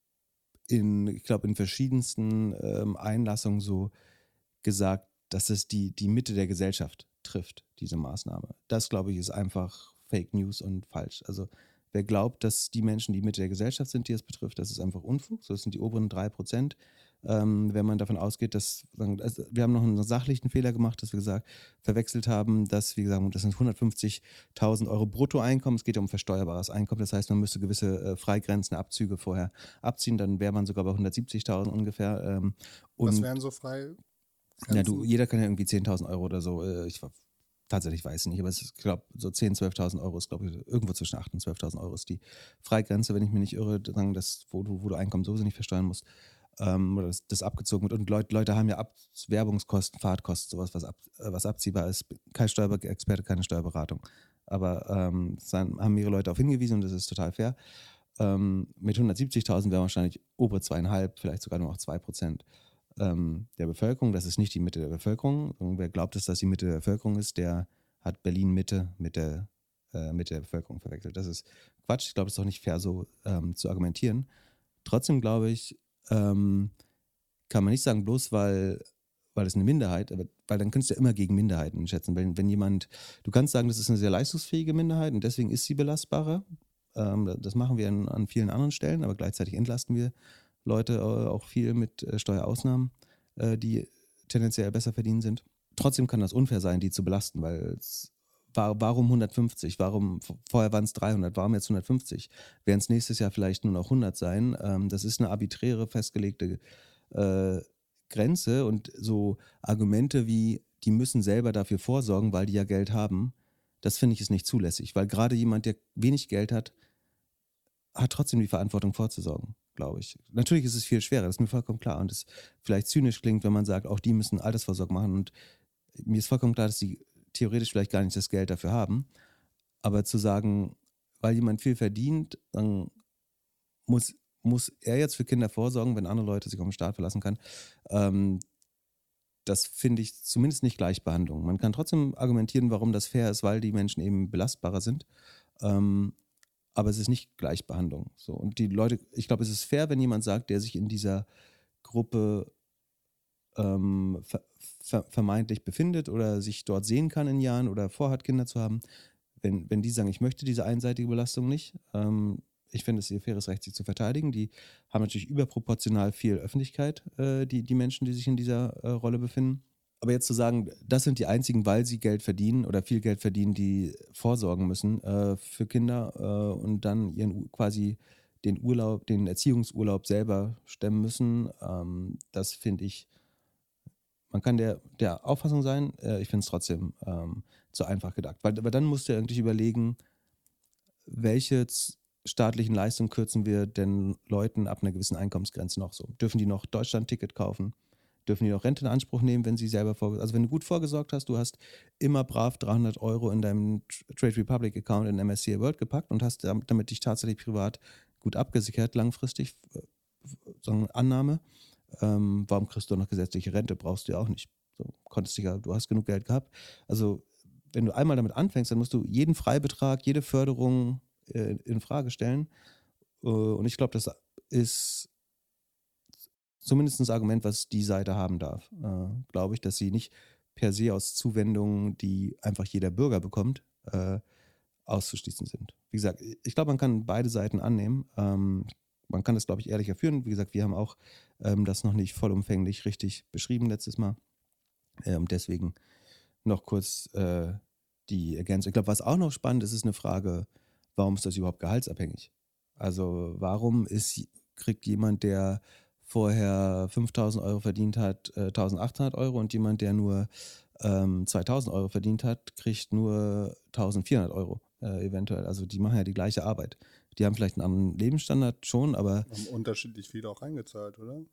in, ich glaube, in verschiedensten ähm, Einlassungen so gesagt, dass es die, die Mitte der Gesellschaft trifft, diese Maßnahme. Das, glaube ich, ist einfach Fake News und falsch. Also wer glaubt, dass die Menschen die Mitte der Gesellschaft sind, die es betrifft, das ist einfach Unfug. So, das sind die oberen drei Prozent. Ähm, wenn man davon ausgeht, dass, also wir haben noch einen sachlichen Fehler gemacht, dass wir gesagt, verwechselt haben, dass, wie gesagt, das sind hundertfünfzigtausend Euro Bruttoeinkommen. Es geht ja um versteuerbares Einkommen. Das heißt, man müsste gewisse äh, Freigrenzen, Abzüge vorher abziehen. Dann wäre man sogar bei hundertsiebzigtausend ungefähr. Ähm, Was und wären so frei? ja, du, jeder kann ja irgendwie zehntausend Euro oder so. Äh, ich war Tatsächlich weiß ich nicht, aber es ist, ich glaube, so zehntausend, zwölftausend Euro ist, glaube ich, irgendwo zwischen achttausend und zwölftausend Euro ist die Freigrenze, wenn ich mich nicht irre, sagen, das, wo, du, wo du Einkommen sowieso nicht versteuern musst, ähm, oder das, das abgezogen wird. Und Leute, Leute haben ja Ab Werbungskosten, Fahrtkosten, sowas, was, ab, was abziehbar ist. Kein Steuerexperte, keine Steuerberatung. Aber ähm, dann haben mehrere Leute darauf hingewiesen und das ist total fair. Ähm, mit hundertsiebzigtausend wären wahrscheinlich obere zweieinhalb, vielleicht sogar nur noch zwei Prozent. Der Bevölkerung, das ist nicht die Mitte der Bevölkerung. Und wer glaubt, dass das die Mitte der Bevölkerung ist, der hat Berlin-Mitte mit der, äh, mit der Bevölkerung verwechselt. Das ist Quatsch. Ich glaube, es ist auch nicht fair, so ähm, zu argumentieren. Trotzdem glaube ich, ähm, kann man nicht sagen, bloß weil, weil es eine Minderheit, aber, weil dann könntest du ja immer gegen Minderheiten schätzen. Wenn, wenn jemand, du kannst sagen, das ist eine sehr leistungsfähige Minderheit und deswegen ist sie belastbarer. Ähm, das machen wir an, an vielen anderen Stellen, aber gleichzeitig entlasten wir Leute äh, auch viel mit äh, Steuerausnahmen, äh, die tendenziell besser verdienen sind. Trotzdem kann das unfair sein, die zu belasten, weil es war, warum hundertfünfzig? Warum, vorher waren es dreihundert, warum jetzt hundertfünfzig? Werden es nächstes Jahr vielleicht nur noch hundert sein? Ähm, das ist eine arbiträre, festgelegte äh, Grenze und so Argumente wie, die müssen selber dafür vorsorgen, weil die ja Geld haben, das finde ich ist nicht zulässig, weil gerade jemand, der wenig Geld hat, hat trotzdem die Verantwortung vorzusorgen, glaube ich. Natürlich ist es viel schwerer, das ist mir vollkommen klar. Und es vielleicht zynisch klingt, wenn man sagt, auch die müssen Altersvorsorge machen. Und mir ist vollkommen klar, dass die theoretisch vielleicht gar nicht das Geld dafür haben. Aber zu sagen, weil jemand viel verdient, dann muss, muss er jetzt für Kinder vorsorgen, wenn andere Leute sich auf den Staat verlassen können. Ähm, das finde ich zumindest nicht Gleichbehandlung. Man kann trotzdem argumentieren, warum das fair ist, weil die Menschen eben belastbarer sind. Ähm, aber es ist nicht Gleichbehandlung. So. Und die Leute, ich glaube, es ist fair, wenn jemand sagt, der sich in dieser Gruppe ähm, ver, ver, vermeintlich befindet oder sich dort sehen kann in Jahren oder vorhat, Kinder zu haben, wenn, wenn die sagen, ich möchte diese einseitige Belastung nicht, ähm, ich finde es ihr faires Recht, sich zu verteidigen. Die haben natürlich überproportional viel Öffentlichkeit, äh, die, die Menschen, die sich in dieser äh, Rolle befinden. Aber jetzt zu sagen, das sind die einzigen, weil sie Geld verdienen oder viel Geld verdienen, die vorsorgen müssen äh, für Kinder äh, und dann ihren quasi den Urlaub, den Erziehungsurlaub selber stemmen müssen, ähm, das finde ich, man kann der, der Auffassung sein, äh, ich finde es trotzdem ähm, zu einfach gedacht. Weil, aber dann musst du ja eigentlich überlegen, welche z- staatlichen Leistungen kürzen wir denn Leuten ab einer gewissen Einkommensgrenze noch so? Dürfen die noch Deutschland-Ticket kaufen? Dürfen die noch Rente in Anspruch nehmen, wenn sie selber vorgesorgt, also wenn du gut vorgesorgt hast, du hast immer brav dreihundert Euro in deinem Trade Republic Account in M S C I World gepackt und hast damit, damit dich tatsächlich privat gut abgesichert, langfristig, äh, so eine Annahme. Ähm, warum kriegst du noch gesetzliche Rente? Brauchst du ja auch nicht. So, konntest dich ja, du hast genug Geld gehabt. Also wenn du einmal damit anfängst, dann musst du jeden Freibetrag, jede Förderung äh, in Frage stellen. Äh, und ich glaube, das ist zumindest das Argument, was die Seite haben darf. Äh, glaube ich, dass sie nicht per se aus Zuwendungen, die einfach jeder Bürger bekommt, äh, auszuschließen sind. Wie gesagt, ich glaube, man kann beide Seiten annehmen. Ähm, man kann das, glaube ich, ehrlicher führen. Wie gesagt, wir haben auch ähm, das noch nicht vollumfänglich richtig beschrieben letztes Mal. Ähm, deswegen noch kurz äh, die Ergänzung. Ich glaube, was auch noch spannend ist, ist eine Frage, warum ist das überhaupt gehaltsabhängig? Also warum ist, kriegt jemand, der vorher fünftausend Euro verdient hat, äh, eintausendachthundert Euro und jemand, der nur ähm, zweitausend Euro verdient hat, kriegt nur eintausendvierhundert Euro äh, eventuell. Also die machen ja die gleiche Arbeit. Die haben vielleicht einen anderen Lebensstandard schon, aber Haben unterschiedlich viel auch eingezahlt, oder?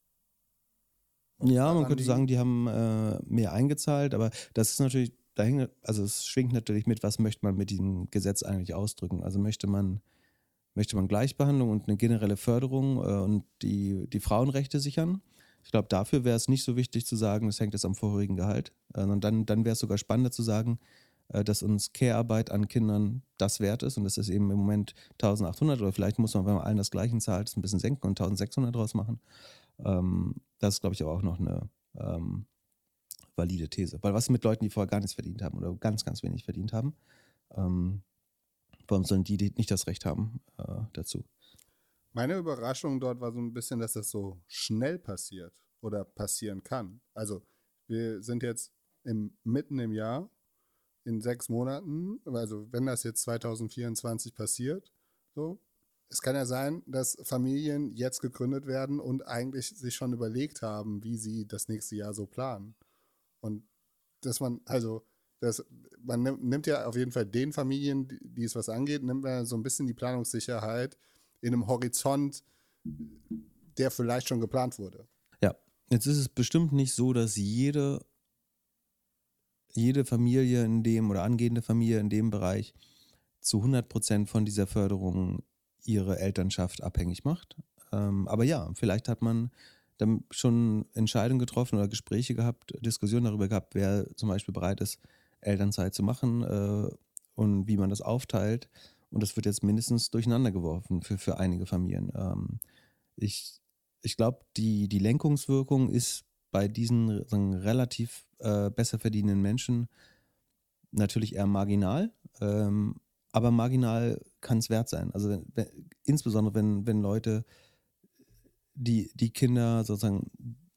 ja, man Daran könnte liegen? sagen, die haben äh, mehr eingezahlt, aber das ist natürlich, da hängt, also es schwingt natürlich mit, was möchte man mit diesem Gesetz eigentlich ausdrücken. Also möchte man, möchte man Gleichbehandlung und eine generelle Förderung äh, und die, die Frauenrechte sichern. Ich glaube, dafür wäre es nicht so wichtig zu sagen, es hängt jetzt am vorherigen Gehalt. Äh, und dann, dann wäre es sogar spannender zu sagen, äh, dass uns Care-Arbeit an Kindern das wert ist und das ist eben im Moment eintausendachthundert oder vielleicht muss man, wenn man allen das Gleiche zahlt, das ein bisschen senken und eintausendsechshundert draus machen. Ähm, das ist, glaube ich, aber auch noch eine ähm, valide These. Weil was mit Leuten, die vorher gar nichts verdient haben oder ganz, ganz wenig verdient haben, ähm, warum sollen die, die nicht das Recht haben äh, dazu? Meine Überraschung dort war so ein bisschen, dass das so schnell passiert oder passieren kann. Also wir sind jetzt im, mitten im Jahr, in sechs Monaten, also wenn das jetzt zwanzig vierundzwanzig passiert, so, es kann ja sein, dass Familien jetzt gegründet werden und eigentlich sich schon überlegt haben, wie sie das nächste Jahr so planen. Und dass man, also, das, man nimmt, nimmt ja auf jeden Fall den Familien, die, die es was angeht, nimmt man so ein bisschen die Planungssicherheit in einem Horizont, der vielleicht schon geplant wurde. Ja, jetzt ist es bestimmt nicht so, dass jede, jede Familie in dem oder angehende Familie in dem Bereich zu hundert Prozent von dieser Förderung ihre Elternschaft abhängig macht. Ähm, aber ja, vielleicht hat man dann schon Entscheidungen getroffen oder Gespräche gehabt, Diskussionen darüber gehabt, wer zum Beispiel bereit ist, Elternzeit zu machen äh, und wie man das aufteilt. Und das wird jetzt mindestens durcheinander geworfen für, für einige Familien. Ähm, ich ich glaube, die, die Lenkungswirkung ist bei diesen sagen, relativ äh, besser verdienenden Menschen natürlich eher marginal, ähm, aber marginal kann es wert sein. Also wenn, wenn, insbesondere wenn, wenn Leute die, die Kinder sozusagen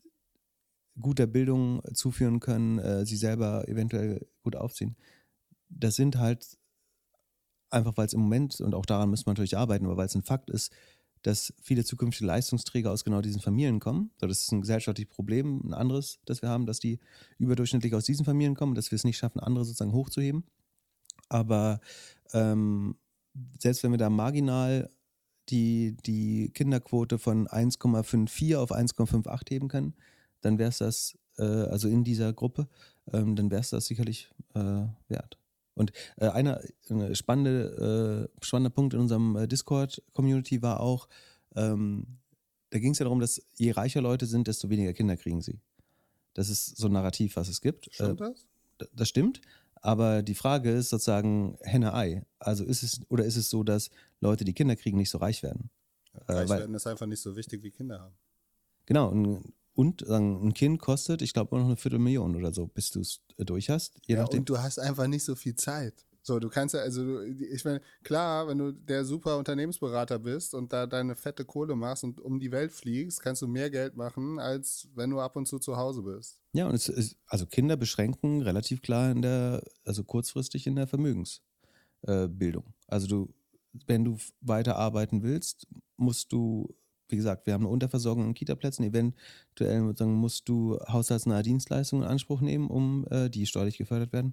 guter Bildung zuführen können, äh, sie selber eventuell gut aufziehen. Das sind halt einfach, weil es im Moment, und auch daran müssen wir natürlich arbeiten, aber weil es ein Fakt ist, dass viele zukünftige Leistungsträger aus genau diesen Familien kommen. So, das ist ein gesellschaftliches Problem, ein anderes, das wir haben, dass die überdurchschnittlich aus diesen Familien kommen, dass wir es nicht schaffen, andere sozusagen hochzuheben. Aber ähm, selbst wenn wir da marginal die, die Kinderquote von eins Komma fünfundfünfzig auf eins Komma fünfundachtzig heben können, dann wäre es das, äh, also in dieser Gruppe, ähm, dann wäre es das sicherlich äh, wert. Und äh, einer eine spannende, äh, spannender Punkt in unserem äh, Discord-Community war auch, ähm, da ging es ja darum, dass je reicher Leute sind, desto weniger Kinder kriegen sie. Das ist so ein Narrativ, was es gibt. Stimmt Äh, das? d- das stimmt. Aber die Frage ist sozusagen Henne-Ei. Also ist es, oder ist es so, dass Leute, die Kinder kriegen, nicht so reich werden? Äh, Reich weil, werden ist einfach nicht so wichtig wie Kinder haben. genau, und, und sagen, ein Kind kostet, ich glaube, noch eine Viertelmillion oder so, bis du es durch hast. Je Ja, nachdem. und du hast einfach nicht so viel Zeit. So, du kannst ja, also du- ich meine, klar, wenn du der super Unternehmensberater bist und da deine fette Kohle machst und um die Welt fliegst, kannst du mehr Geld machen, als wenn du ab und zu zu Hause bist. Ja, und es ist, also Kinder beschränken relativ klar in der, also kurzfristig in der Vermögensbildung. Äh, Bildung. Also du, wenn du f- weiter arbeiten willst, musst du, wie gesagt, wir haben eine Unterversorgung an Kitaplätzen, eventuell sozusagen musst du haushaltsnahe Dienstleistungen in Anspruch nehmen, um äh, die steuerlich gefördert werden,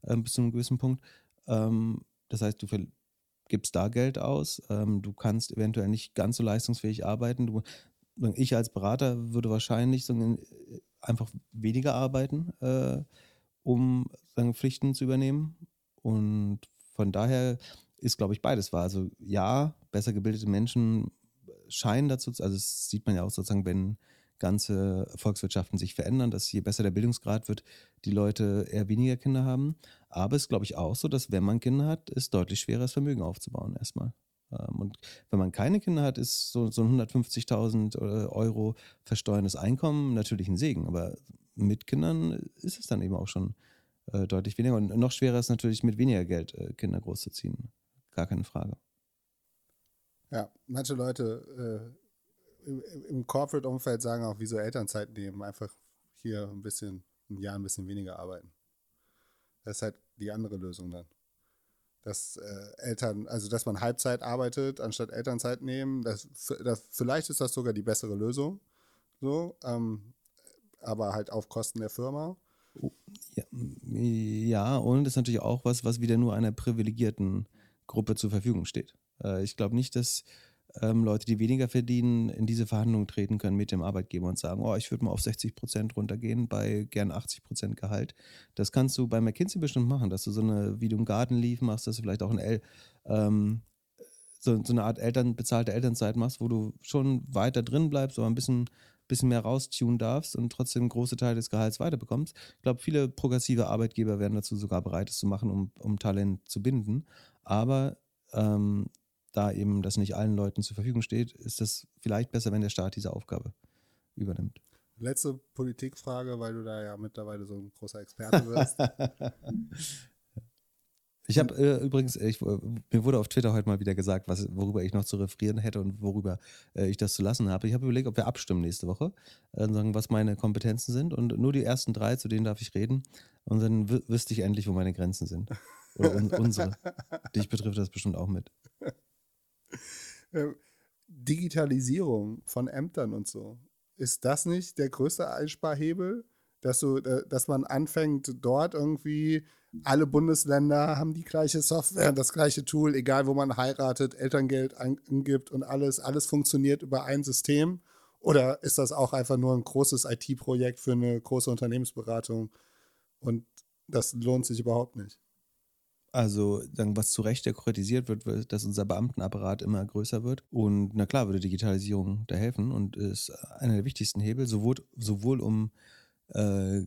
äh, bis zu einem gewissen Punkt. Ähm, das heißt, du ver- gibst da Geld aus, ähm, du kannst eventuell nicht ganz so leistungsfähig arbeiten. Du, ich als Berater würde wahrscheinlich so, äh, einfach weniger arbeiten, äh, um seine Pflichten zu übernehmen. Und von daher ist, glaube ich, beides wahr. Also ja, besser gebildete Menschen scheinen dazu, zu- also das sieht man ja auch sozusagen, wenn ganze Volkswirtschaften sich verändern, dass je besser der Bildungsgrad wird, die Leute eher weniger Kinder haben. Aber es ist, glaube ich, auch so, dass wenn man Kinder hat, ist deutlich schwerer, das Vermögen aufzubauen erstmal. Ähm, Und wenn man keine Kinder hat, ist so, so ein hundertfünfzigtausend äh, Euro versteuerndes Einkommen natürlich ein Segen. Aber mit Kindern ist es dann eben auch schon äh, deutlich weniger. Und noch schwerer ist natürlich mit weniger Geld äh, Kinder großzuziehen. Gar keine Frage. Ja, manche Leute äh, im, im Corporate-Umfeld sagen auch, wieso Elternzeit nehmen, einfach hier ein bisschen, ein Jahr ein bisschen weniger arbeiten. Das ist halt die andere Lösung dann. Dass äh, Eltern, also dass man Halbzeit arbeitet, anstatt Elternzeit nehmen, das, das, vielleicht ist das sogar die bessere Lösung, so, ähm, aber halt auf Kosten der Firma. Ja, ja, und das ist natürlich auch was, was wieder nur einer privilegierten Gruppe zur Verfügung steht. Äh, ich glaube nicht, dass ähm, Leute, die weniger verdienen, in diese Verhandlungen treten können mit dem Arbeitgeber und sagen, oh, ich würde mal auf sechzig Prozent runtergehen bei gern achtzig Prozent Gehalt. Das kannst du bei McKinsey bestimmt machen, dass du so eine, wie du im Garten lief machst, dass du vielleicht auch ein L, ähm, so, so eine Art Eltern, bezahlte Elternzeit machst, wo du schon weiter drin bleibst, aber ein bisschen, bisschen mehr raustunen darfst und trotzdem große Teile des Gehalts weiterbekommst. Ich glaube, viele progressive Arbeitgeber wären dazu sogar bereit, es zu machen, um, um Talent zu binden. Aber ähm, da eben das nicht allen Leuten zur Verfügung steht, ist es vielleicht besser, wenn der Staat diese Aufgabe übernimmt. Letzte Politikfrage, weil du da ja mittlerweile so ein großer Experte wirst. Ich habe äh, übrigens, ich, mir wurde auf Twitter heute mal wieder gesagt, was, worüber ich noch zu referieren hätte und worüber äh, ich das zu lassen habe. Ich habe überlegt, ob wir abstimmen nächste Woche, äh, sagen, was meine Kompetenzen sind. Und nur die ersten drei, zu denen darf ich reden. Und dann w- wüsste ich endlich, wo meine Grenzen sind. Oder un unsere. Dich betrifft das bestimmt auch mit. Ähm, Digitalisierung von Ämtern und so. Ist das nicht der größte Einsparhebel? Dass, du, äh, dass man anfängt, dort irgendwie, alle Bundesländer haben die gleiche Software, das gleiche Tool, egal wo man heiratet, Elterngeld angibt und alles, alles funktioniert über ein System? Oder ist das auch einfach nur ein großes I T-Projekt für eine große Unternehmensberatung und das lohnt sich überhaupt nicht? Also, dann, was zu Recht ja kritisiert wird, wird, dass unser Beamtenapparat immer größer wird. Und na klar, würde Digitalisierung da helfen und ist einer der wichtigsten Hebel, sowohl, sowohl um äh,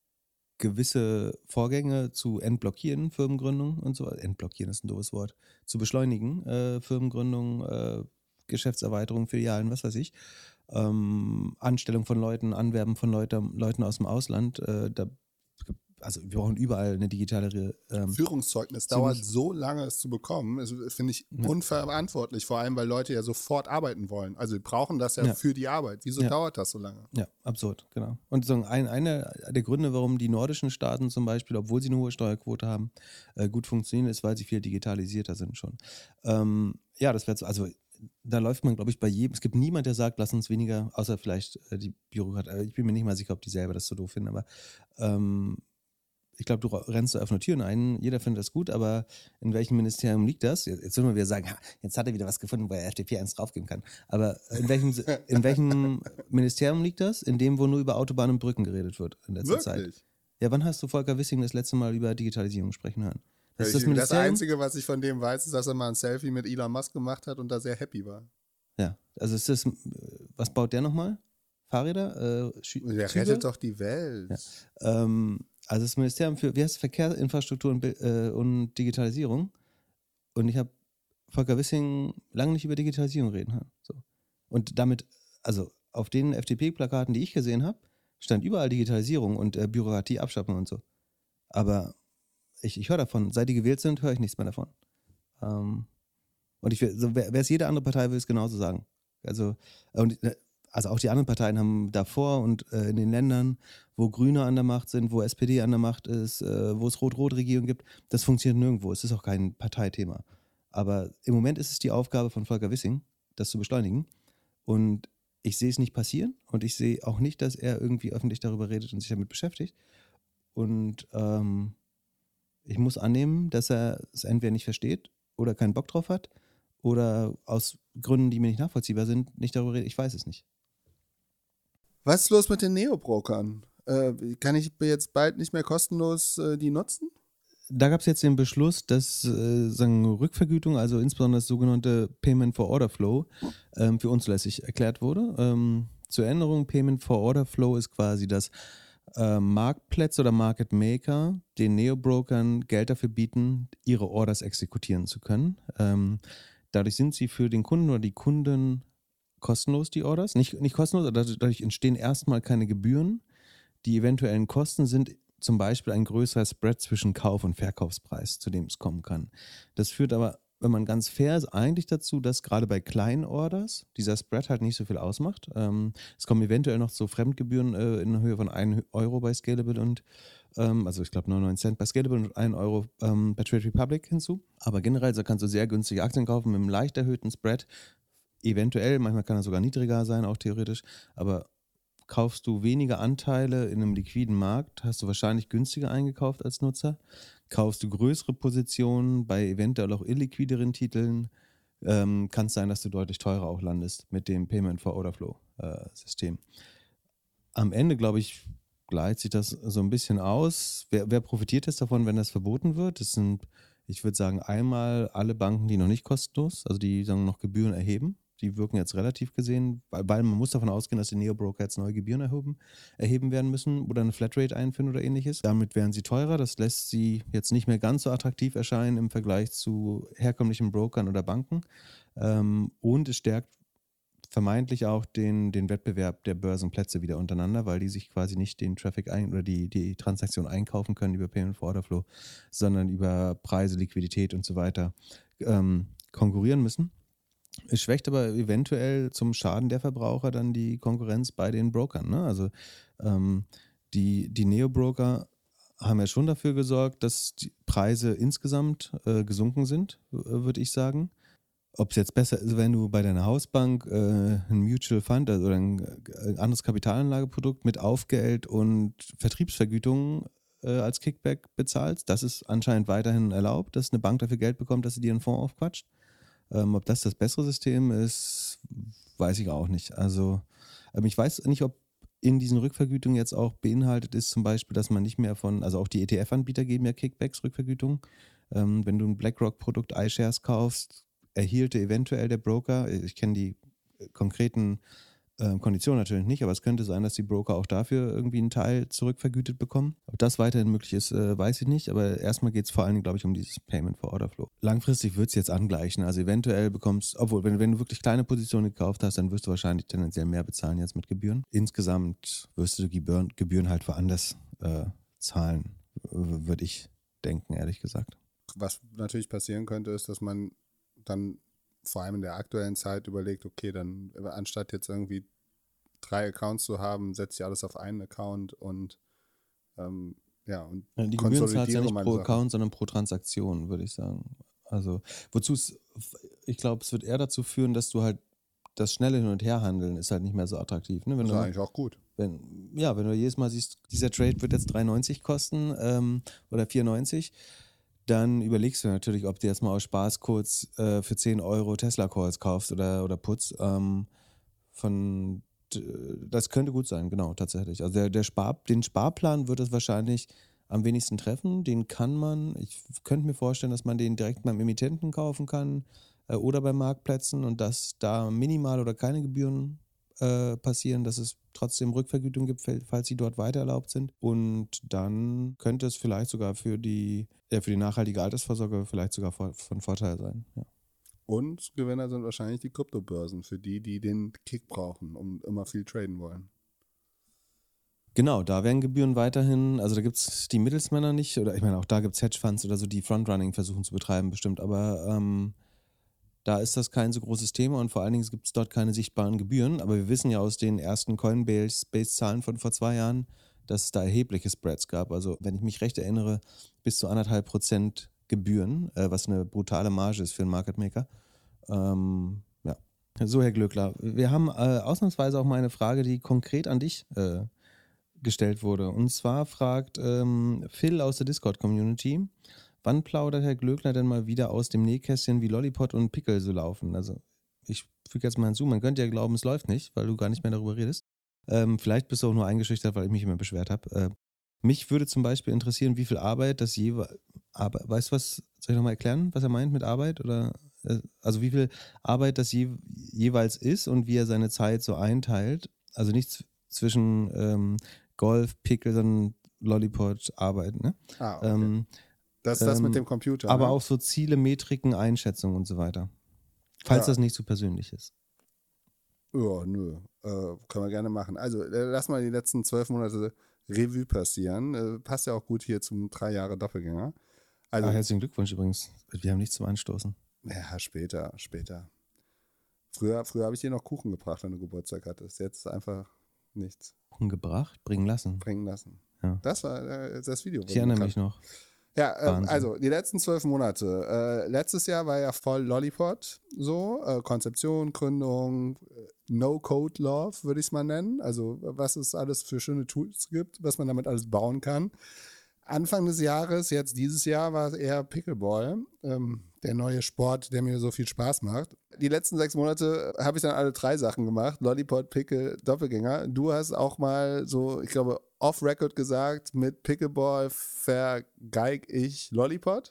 gewisse Vorgänge zu entblockieren, Firmengründung und so, entblockieren ist ein doofes Wort, zu beschleunigen, äh, Firmengründung, äh, Geschäftserweiterung, Filialen, was weiß ich, ähm, Anstellung von Leuten, Anwerben von Leute, Leuten aus dem Ausland, äh, da, also wir brauchen überall eine digitale ähm, Führungszeugnis ziemlich- dauert so lange, es zu bekommen, ist, finde ich Ja. unverantwortlich, vor allem, weil Leute ja sofort arbeiten wollen. Also die brauchen das ja, Ja. für die Arbeit. Wieso Ja. dauert das so lange? Ja, absurd, genau. Und so ein, einer der Gründe, warum die nordischen Staaten zum Beispiel, obwohl sie eine hohe Steuerquote haben, äh, gut funktionieren, ist, weil sie viel digitalisierter sind schon. Ähm, ja, das wäre, also da läuft man, glaube ich, bei jedem, es gibt niemand, der sagt, lass uns weniger, außer vielleicht äh, die Bürokratie, äh, ich bin mir nicht mal sicher, ob die selber das so doof finden, aber ähm, ich glaube, du rennst da offene Türen ein, jeder findet das gut, aber in welchem Ministerium liegt das? Jetzt, jetzt würden wir wieder sagen, ha, jetzt hat er wieder was gefunden, wo er F D P eins draufgeben kann. Aber in welchem, in welchem Ministerium liegt das? In dem, wo nur über Autobahnen und Brücken geredet wird in letzter Zeit. Wirklich? Ja, wann hast du Volker Wissing das letzte Mal über Digitalisierung sprechen hören? Das ist das Ich, das Ministerium? Einzige, was ich von dem weiß, ist, dass er mal ein Selfie mit Elon Musk gemacht hat und da sehr happy war. Ja, also ist das, was baut der nochmal? Fahrräder? Äh, Schü- Der Züge? rettet doch die Welt. Ja. Ähm, also das Ministerium für, wie heißt es, Verkehr, Infrastruktur und, Bil- äh, und Digitalisierung. Und ich habe Volker Wissing lange nicht über Digitalisierung reden hören. So. Und damit, also auf den F D P-Plakaten, die ich gesehen habe, stand überall Digitalisierung und äh, Bürokratie abschaffen und so. Aber ich, ich höre davon, seit die gewählt sind, höre ich nichts mehr davon. Ähm, und ich will, so, wer es jede andere Partei will es genauso sagen. Also, und, äh, also auch die anderen Parteien haben davor und äh, in den Ländern, wo Grüne an der Macht sind, wo S P D an der Macht ist, äh, wo es Rot-Rot-Regierung gibt, das funktioniert nirgendwo. Es ist auch kein Parteithema. Aber im Moment ist es die Aufgabe von Volker Wissing, das zu beschleunigen. Und ich sehe es nicht passieren und ich sehe auch nicht, dass er irgendwie öffentlich darüber redet und sich damit beschäftigt. Und ähm, Ich muss annehmen, dass er es entweder nicht versteht oder keinen Bock drauf hat oder aus Gründen, die mir nicht nachvollziehbar sind, nicht darüber redet. Ich weiß es nicht. Was ist los mit den Neo-Brokern? Äh, kann ich jetzt bald nicht mehr kostenlos äh, die nutzen? Da gab es jetzt den Beschluss, dass äh, sagen Rückvergütung, also insbesondere das sogenannte Payment for Order Flow, ähm, für unzulässig erklärt wurde. Ähm, zur Erinnerung, Payment for Order Flow ist quasi, dass äh, Marktplätze oder Market Maker den Neo-Brokern Geld dafür bieten, ihre Orders exekutieren zu können. Ähm, dadurch sind sie für den Kunden oder die Kunden kostenlos, die Orders. Nicht, nicht kostenlos, aber dadurch entstehen erstmal keine Gebühren. Die eventuellen Kosten sind zum Beispiel ein größerer Spread zwischen Kauf- und Verkaufspreis, zu dem es kommen kann. Das führt aber, wenn man ganz fair ist, eigentlich dazu, dass gerade bei kleinen Orders dieser Spread halt nicht so viel ausmacht. Ähm, es kommen eventuell noch so Fremdgebühren äh, in Höhe von ein Euro bei Scalable und ähm, also ich glaube neunundneunzig Cent bei Scalable und ein Euro ähm, bei Trade Republic hinzu. Aber generell so kannst du sehr günstige Aktien kaufen mit einem leicht erhöhten Spread. Eventuell, manchmal kann er sogar niedriger sein, auch theoretisch, aber kaufst du weniger Anteile in einem liquiden Markt, hast du wahrscheinlich günstiger eingekauft als Nutzer. Kaufst du größere Positionen bei eventuell auch illiquideren Titeln, ähm, kann es sein, dass du deutlich teurer auch landest mit dem Payment for Order Flow äh, System. Am Ende, glaube ich, gleicht sich das so ein bisschen aus. Wer, wer profitiert jetzt davon, wenn das verboten wird? Das sind, ich würde sagen, einmal alle Banken, die noch nicht kostenlos, also die sagen, noch Gebühren erheben. Die wirken jetzt relativ gesehen, weil, weil man muss davon ausgehen, dass die Neo-Broker jetzt neue Gebühren erhoben, erheben werden müssen oder eine Flatrate einführen oder ähnliches. Damit wären sie teurer. Das lässt sie jetzt nicht mehr ganz so attraktiv erscheinen im Vergleich zu herkömmlichen Brokern oder Banken. Ähm, und es stärkt vermeintlich auch den, den Wettbewerb der Börsenplätze wieder untereinander, weil die sich quasi nicht den Traffic ein oder die, die Transaktion einkaufen können über Payment for Order Flow, sondern über Preise, Liquidität und so weiter ähm, konkurrieren müssen. Es schwächt aber eventuell zum Schaden der Verbraucher dann die Konkurrenz bei den Brokern. Ne? Also ähm, die, die Neo-Broker haben ja schon dafür gesorgt, dass die Preise insgesamt äh, gesunken sind, äh, würde ich sagen. Ob es jetzt besser ist, wenn du bei deiner Hausbank äh, ein Mutual Fund also oder ein, ein anderes Kapitalanlageprodukt mit Aufgeld und Vertriebsvergütung äh, als Kickback bezahlst. Das ist anscheinend weiterhin erlaubt, dass eine Bank dafür Geld bekommt, dass sie dir einen Fonds aufquatscht. Ähm, ob das das bessere System ist, weiß ich auch nicht. Also ähm, ich weiß nicht, ob in diesen Rückvergütungen jetzt auch beinhaltet ist zum Beispiel, dass man nicht mehr von, also auch die E T F-Anbieter geben ja Kickbacks, Rückvergütung. Ähm, wenn du ein BlackRock-Produkt iShares kaufst, erhielte eventuell der Broker, ich kenne die konkreten äh, Konditionen natürlich nicht, aber es könnte sein, dass die Broker auch dafür irgendwie einen Teil zurückvergütet bekommen. Ob das weiterhin möglich ist, äh, weiß ich nicht, aber erstmal geht es vor allen Dingen, glaube ich, um dieses Payment for Order Flow. Langfristig wird es jetzt angleichen, also eventuell bekommst, obwohl, wenn, wenn du wirklich kleine Positionen gekauft hast, dann wirst du wahrscheinlich tendenziell mehr bezahlen jetzt mit Gebühren. Insgesamt wirst du Gebühren, Gebühren halt woanders äh, zahlen, würde ich denken, ehrlich gesagt. Was natürlich passieren könnte, ist, dass man dann vor allem in der aktuellen Zeit überlegt, okay, dann anstatt jetzt irgendwie drei Accounts zu haben, setze ich alles auf einen Account und ähm, ja, und ja, die Gebühren zahlt ja konsolidiere nicht meine pro Sachen. Account, sondern pro Transaktion, würde ich sagen. Also, wozu es, ich glaube, es wird eher dazu führen, dass du halt das schnelle Hin- und Herhandeln ist halt nicht mehr so attraktiv. Ne? Wenn Das ist du, eigentlich auch gut. wenn, ja, wenn du jedes Mal siehst, dieser Trade wird jetzt drei neunzig kosten ähm, oder vier neunzig, dann überlegst du natürlich, ob du jetzt mal aus Spaß kurz äh, für zehn Euro Tesla-Calls kaufst oder, oder Puts. Ähm, von, das könnte gut sein, genau, tatsächlich. Also der, der Spar, den Sparplan wird es wahrscheinlich am wenigsten treffen. Den kann man, ich könnte mir vorstellen, dass man den direkt beim Emittenten kaufen kann äh, oder bei Marktplätzen und dass da minimal oder keine Gebühren äh, passieren, dass es trotzdem Rückvergütung gibt, falls sie dort weiter erlaubt sind. Und dann könnte es vielleicht sogar für die, ja, für die nachhaltige Altersvorsorge vielleicht sogar von Vorteil sein. Ja. Und Gewinner sind wahrscheinlich die Kryptobörsen, für die, die den Kick brauchen, um immer viel traden wollen. Genau, da werden Gebühren weiterhin, also da gibt es die Mittelsmänner nicht, oder ich meine, auch da gibt es Hedgefonds oder so, die Frontrunning versuchen zu betreiben, bestimmt, aber ähm, da ist das kein so großes Thema und vor allen Dingen gibt es dort keine sichtbaren Gebühren. Aber wir wissen ja aus den ersten Coinbase-Zahlen von vor zwei Jahren, dass es da erhebliche Spreads gab. Also wenn ich mich recht erinnere, bis zu anderthalb Prozent Gebühren, äh, was eine brutale Marge ist für einen Market Maker. Ähm, ja, so Herr Glöckler, wir haben äh, ausnahmsweise auch mal eine Frage, die konkret an dich äh, gestellt wurde. Und zwar fragt ähm, Phil aus der Discord-Community, wann plaudert Herr Glöckner denn mal wieder aus dem Nähkästchen, wie Lollipop und Pickle so laufen? Also ich füge jetzt mal hinzu, man könnte ja glauben, es läuft nicht, weil du gar nicht mehr darüber redest. Ähm, vielleicht bist du auch nur eingeschüchtert, weil ich mich immer beschwert habe. Äh, mich würde zum Beispiel interessieren, wie viel Arbeit das jeweils... Weißt du was, soll ich nochmal erklären, was er meint mit Arbeit? Oder äh, also wie viel Arbeit das je, jeweils ist und wie er seine Zeit so einteilt. Also nichts zwischen ähm, Golf, Pickle, sondern Lollipop, Arbeit. Ne? Ah, okay. Ähm, Das ist das ähm, mit dem Computer. aber ne? auch so Ziele, Metriken, Einschätzungen und so weiter. Falls Ja. das nicht so persönlich ist. Ja, nö. Äh, können wir gerne machen. Also, äh, lass mal die letzten zwölf Monate Revue passieren. Äh, passt ja auch gut hier zum drei Jahre Doppelgänger. Also, Ah, herzlichen Glückwunsch übrigens. Wir haben nichts zum Anstoßen. ja, später, später. Früher, früher habe ich dir noch Kuchen gebracht, wenn du Geburtstag hattest. Jetzt einfach nichts Kuchen gebracht, bringen lassen. bringen lassen. Ja. Das war äh, das Video. Ich erinnere mich noch. Ja, äh, Wahnsinn. also die letzten zwölf Monate. Äh, letztes Jahr war ja voll Lollipop, so äh, Konzeption, Gründung, äh, No-Code-Love würde ich es mal nennen. Also was es alles für schöne Tools gibt, was man damit alles bauen kann. Anfang des Jahres, jetzt dieses Jahr, war es eher Pickleball, ähm, der neue Sport, der mir so viel Spaß macht. Die letzten sechs Monate habe ich dann alle drei Sachen gemacht. Lollipop, Pickle, Doppelgänger. Du hast auch mal so, ich glaube, off-Record gesagt, mit Pickleball vergeig ich Lollipop.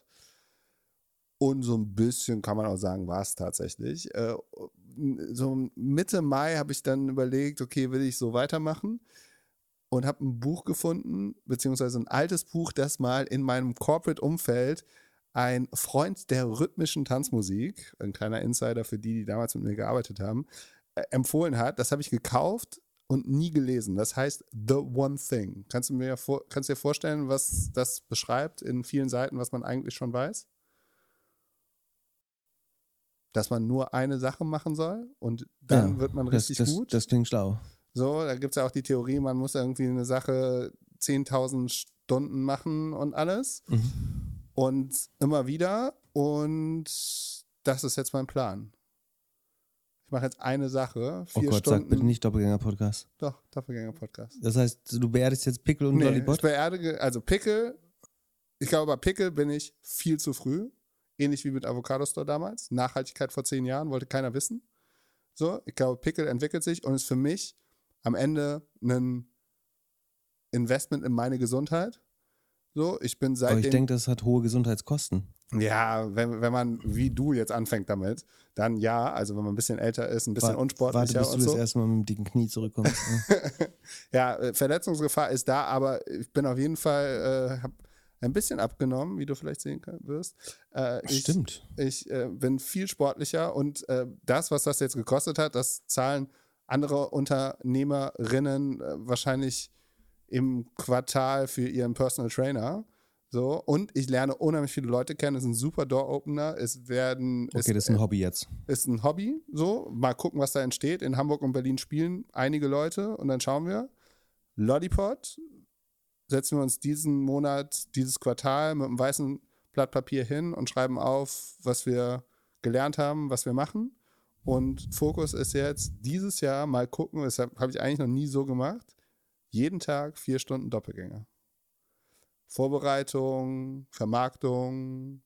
Und so ein bisschen kann man auch sagen, war es tatsächlich. Äh, so Mitte Mai habe ich dann überlegt, okay, will ich so weitermachen? Und habe ein Buch gefunden, beziehungsweise ein altes Buch, das mal in meinem Corporate-Umfeld ein Freund der rhythmischen Tanzmusik, ein kleiner Insider für die, die damals mit mir gearbeitet haben, äh, empfohlen hat. Das habe ich gekauft und nie gelesen. Das heißt The One Thing. Kannst du mir vor, kannst du dir vorstellen, was das beschreibt in vielen Seiten, was man eigentlich schon weiß? Dass man nur eine Sache machen soll und dann Ja, wird man das, richtig das, gut. Das klingt schlau. So, da gibt es ja auch die Theorie, man muss irgendwie eine Sache zehntausend Stunden machen und alles. Mhm. Und immer wieder. Und das ist jetzt mein Plan. Ich mache jetzt eine Sache. Vier Oh Gott, Stunden. sag bitte nicht Doppelgänger-Podcast. Doch, Doppelgänger-Podcast. Das heißt, du beerdigst jetzt Pickle und Nee, Lollipop? ich beerdige, also Pickle, ich glaube, bei Pickle bin ich viel zu früh. Ähnlich wie mit Avocado Store damals. Nachhaltigkeit vor zehn Jahren, wollte keiner wissen. So, ich glaube, Pickle entwickelt sich und ist für mich am Ende ein Investment in meine Gesundheit. So, ich bin Aber seitdem. ich denke, das hat hohe Gesundheitskosten. Ja, wenn, wenn man wie du jetzt anfängt damit, dann ja, also wenn man ein bisschen älter ist, ein bisschen Warte, unsportlicher bis du und das so. erste Mal mit dem dicken Knie zurückkommst. Ja, äh, Verletzungsgefahr ist da, aber ich bin auf jeden Fall, äh, habe ein bisschen abgenommen, wie du vielleicht sehen kann, wirst. Äh, ich, Stimmt. Ich äh, bin viel sportlicher und äh, das, was das jetzt gekostet hat, das zahlen andere Unternehmerinnen äh, wahrscheinlich im Quartal für ihren Personal Trainer. So, und ich lerne unheimlich viele Leute kennen. Es ist ein super Door-Opener. Es werden. Okay, es, das ist ein Hobby jetzt. Ist ein Hobby. So, mal gucken, was da entsteht. In Hamburg und Berlin spielen einige Leute und dann schauen wir. Lollipop setzen wir uns diesen Monat, dieses Quartal mit einem weißen Blatt Papier hin und schreiben auf, was wir gelernt haben, was wir machen. Und Fokus ist jetzt dieses Jahr mal gucken, das habe ich eigentlich noch nie so gemacht, jeden Tag vier Stunden Doppelgänger. Vorbereitung, Vermarktung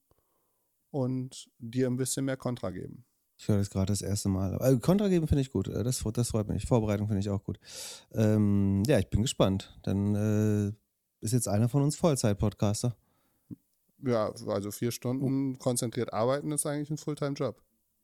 und dir ein bisschen mehr Kontra geben. Ich höre das gerade das erste Mal. Also Kontra geben finde ich gut. Das, das freut mich. Vorbereitung finde ich auch gut. Ähm, ja, ich bin gespannt. Dann äh, ist jetzt einer von uns Vollzeit-Podcaster. Ja, also vier Stunden Oh. konzentriert arbeiten ist eigentlich ein Fulltime-Job.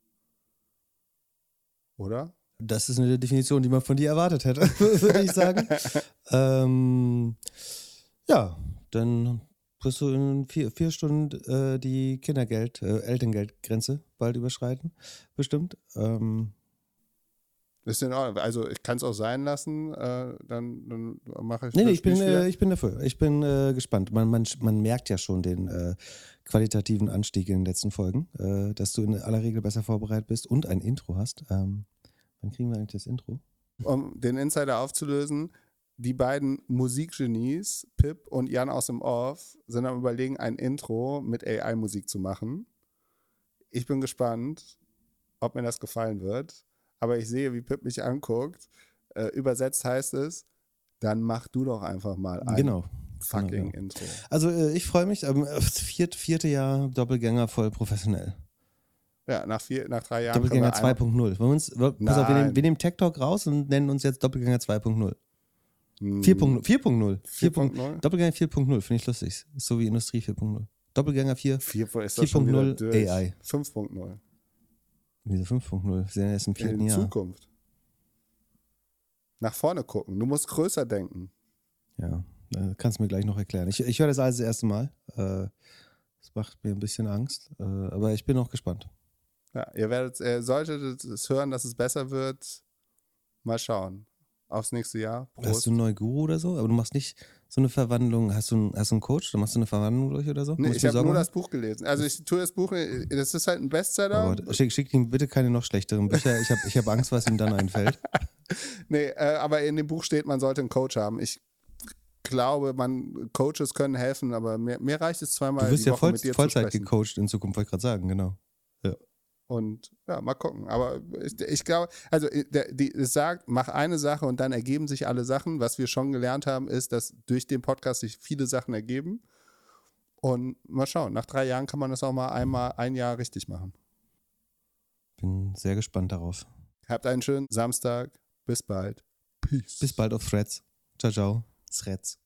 Oder? Das ist eine Definition, die man von dir erwartet hätte, würde ich sagen. ähm, ja, dann wirst du in vier, vier Stunden äh, die Kindergeld, äh, Elterngeldgrenze bald überschreiten, bestimmt. Ähm, Ist in Ordnung. Also ich kann es auch sein lassen, äh, dann, dann mache ich nee, nee, das ich bin, Spiel. äh, ich bin dafür. Ich bin äh, gespannt. Man, man, man merkt ja schon den äh, qualitativen Anstieg in den letzten Folgen, äh, dass du in aller Regel besser vorbereitet bist und ein Intro hast. Ähm, wann kriegen wir eigentlich das Intro? Um den Insider aufzulösen, die beiden Musikgenies, Pip und Jan aus dem Off, sind am Überlegen, ein Intro mit A I-Musik zu machen. Ich bin gespannt, ob mir das gefallen wird. Aber ich sehe, wie Pip mich anguckt. Äh, übersetzt heißt es, Dann mach du doch einfach mal ein Genau. fucking genau. Intro. Also äh, ich freue mich, ähm, das vierte, vierte Jahr Doppelgänger voll professionell. Ja, nach, vier, nach drei Jahren. Doppelgänger zwei Punkt null. Wollen wir uns, pass Nein. auf, wir nehmen, wir nehmen Tech Talk raus und nennen uns jetzt Doppelgänger zwei Punkt null. Hm. vier Punkt null. vier Punkt null. vier Punkt null? Doppelgänger vier Punkt null, finde ich lustig. Ist so wie Industrie vier Punkt null. Doppelgänger vier. vier ist vier Punkt null A I. fünf Punkt null. Wieso fünf Punkt null? Wir sind ja erst im vierten In Jahr. Zukunft. Nach vorne gucken. Du musst größer denken. Ja, äh, kannst du mir gleich noch erklären. Ich, ich höre das alles das erste Mal. Äh, das macht mir ein bisschen Angst. Äh, aber ich bin auch gespannt. Ja, ihr werdet, ihr solltet es hören, dass es besser wird. Mal schauen. Aufs nächste Jahr. Prost. Hast du einen neuen Guru oder so? Aber du machst nicht so eine Verwandlung. Hast du, einen, hast du einen Coach? Dann machst du eine Verwandlung durch oder so? Nee, Musst ich du habe nur Sorgen das Buch gelesen. Also ich tue das Buch, das ist halt ein Bestseller. Aber schick, schick ihm bitte keine noch schlechteren Bücher. Ich habe ich hab Angst, was ihm dann einfällt. Nee, äh, aber in dem Buch steht, man sollte einen Coach haben. Ich glaube, man, Coaches können helfen, aber mir, mir reicht es zweimal Du wirst die ja Woche voll, mit dir Vollzeit zu sprechen. gecoacht in Zukunft, wollte ich gerade sagen, genau. Ja. Und ja, mal gucken. Aber ich, ich glaube, also der, die, es sagt, mach eine Sache und dann ergeben sich alle Sachen. Was wir schon gelernt haben, ist, dass durch den Podcast sich viele Sachen ergeben. Und mal schauen, nach drei Jahren kann man das auch mal einmal ein Jahr richtig machen. Bin sehr gespannt darauf. Habt einen schönen Samstag. Bis bald. Peace. Bis bald auf Threads. Ciao, ciao. Threads.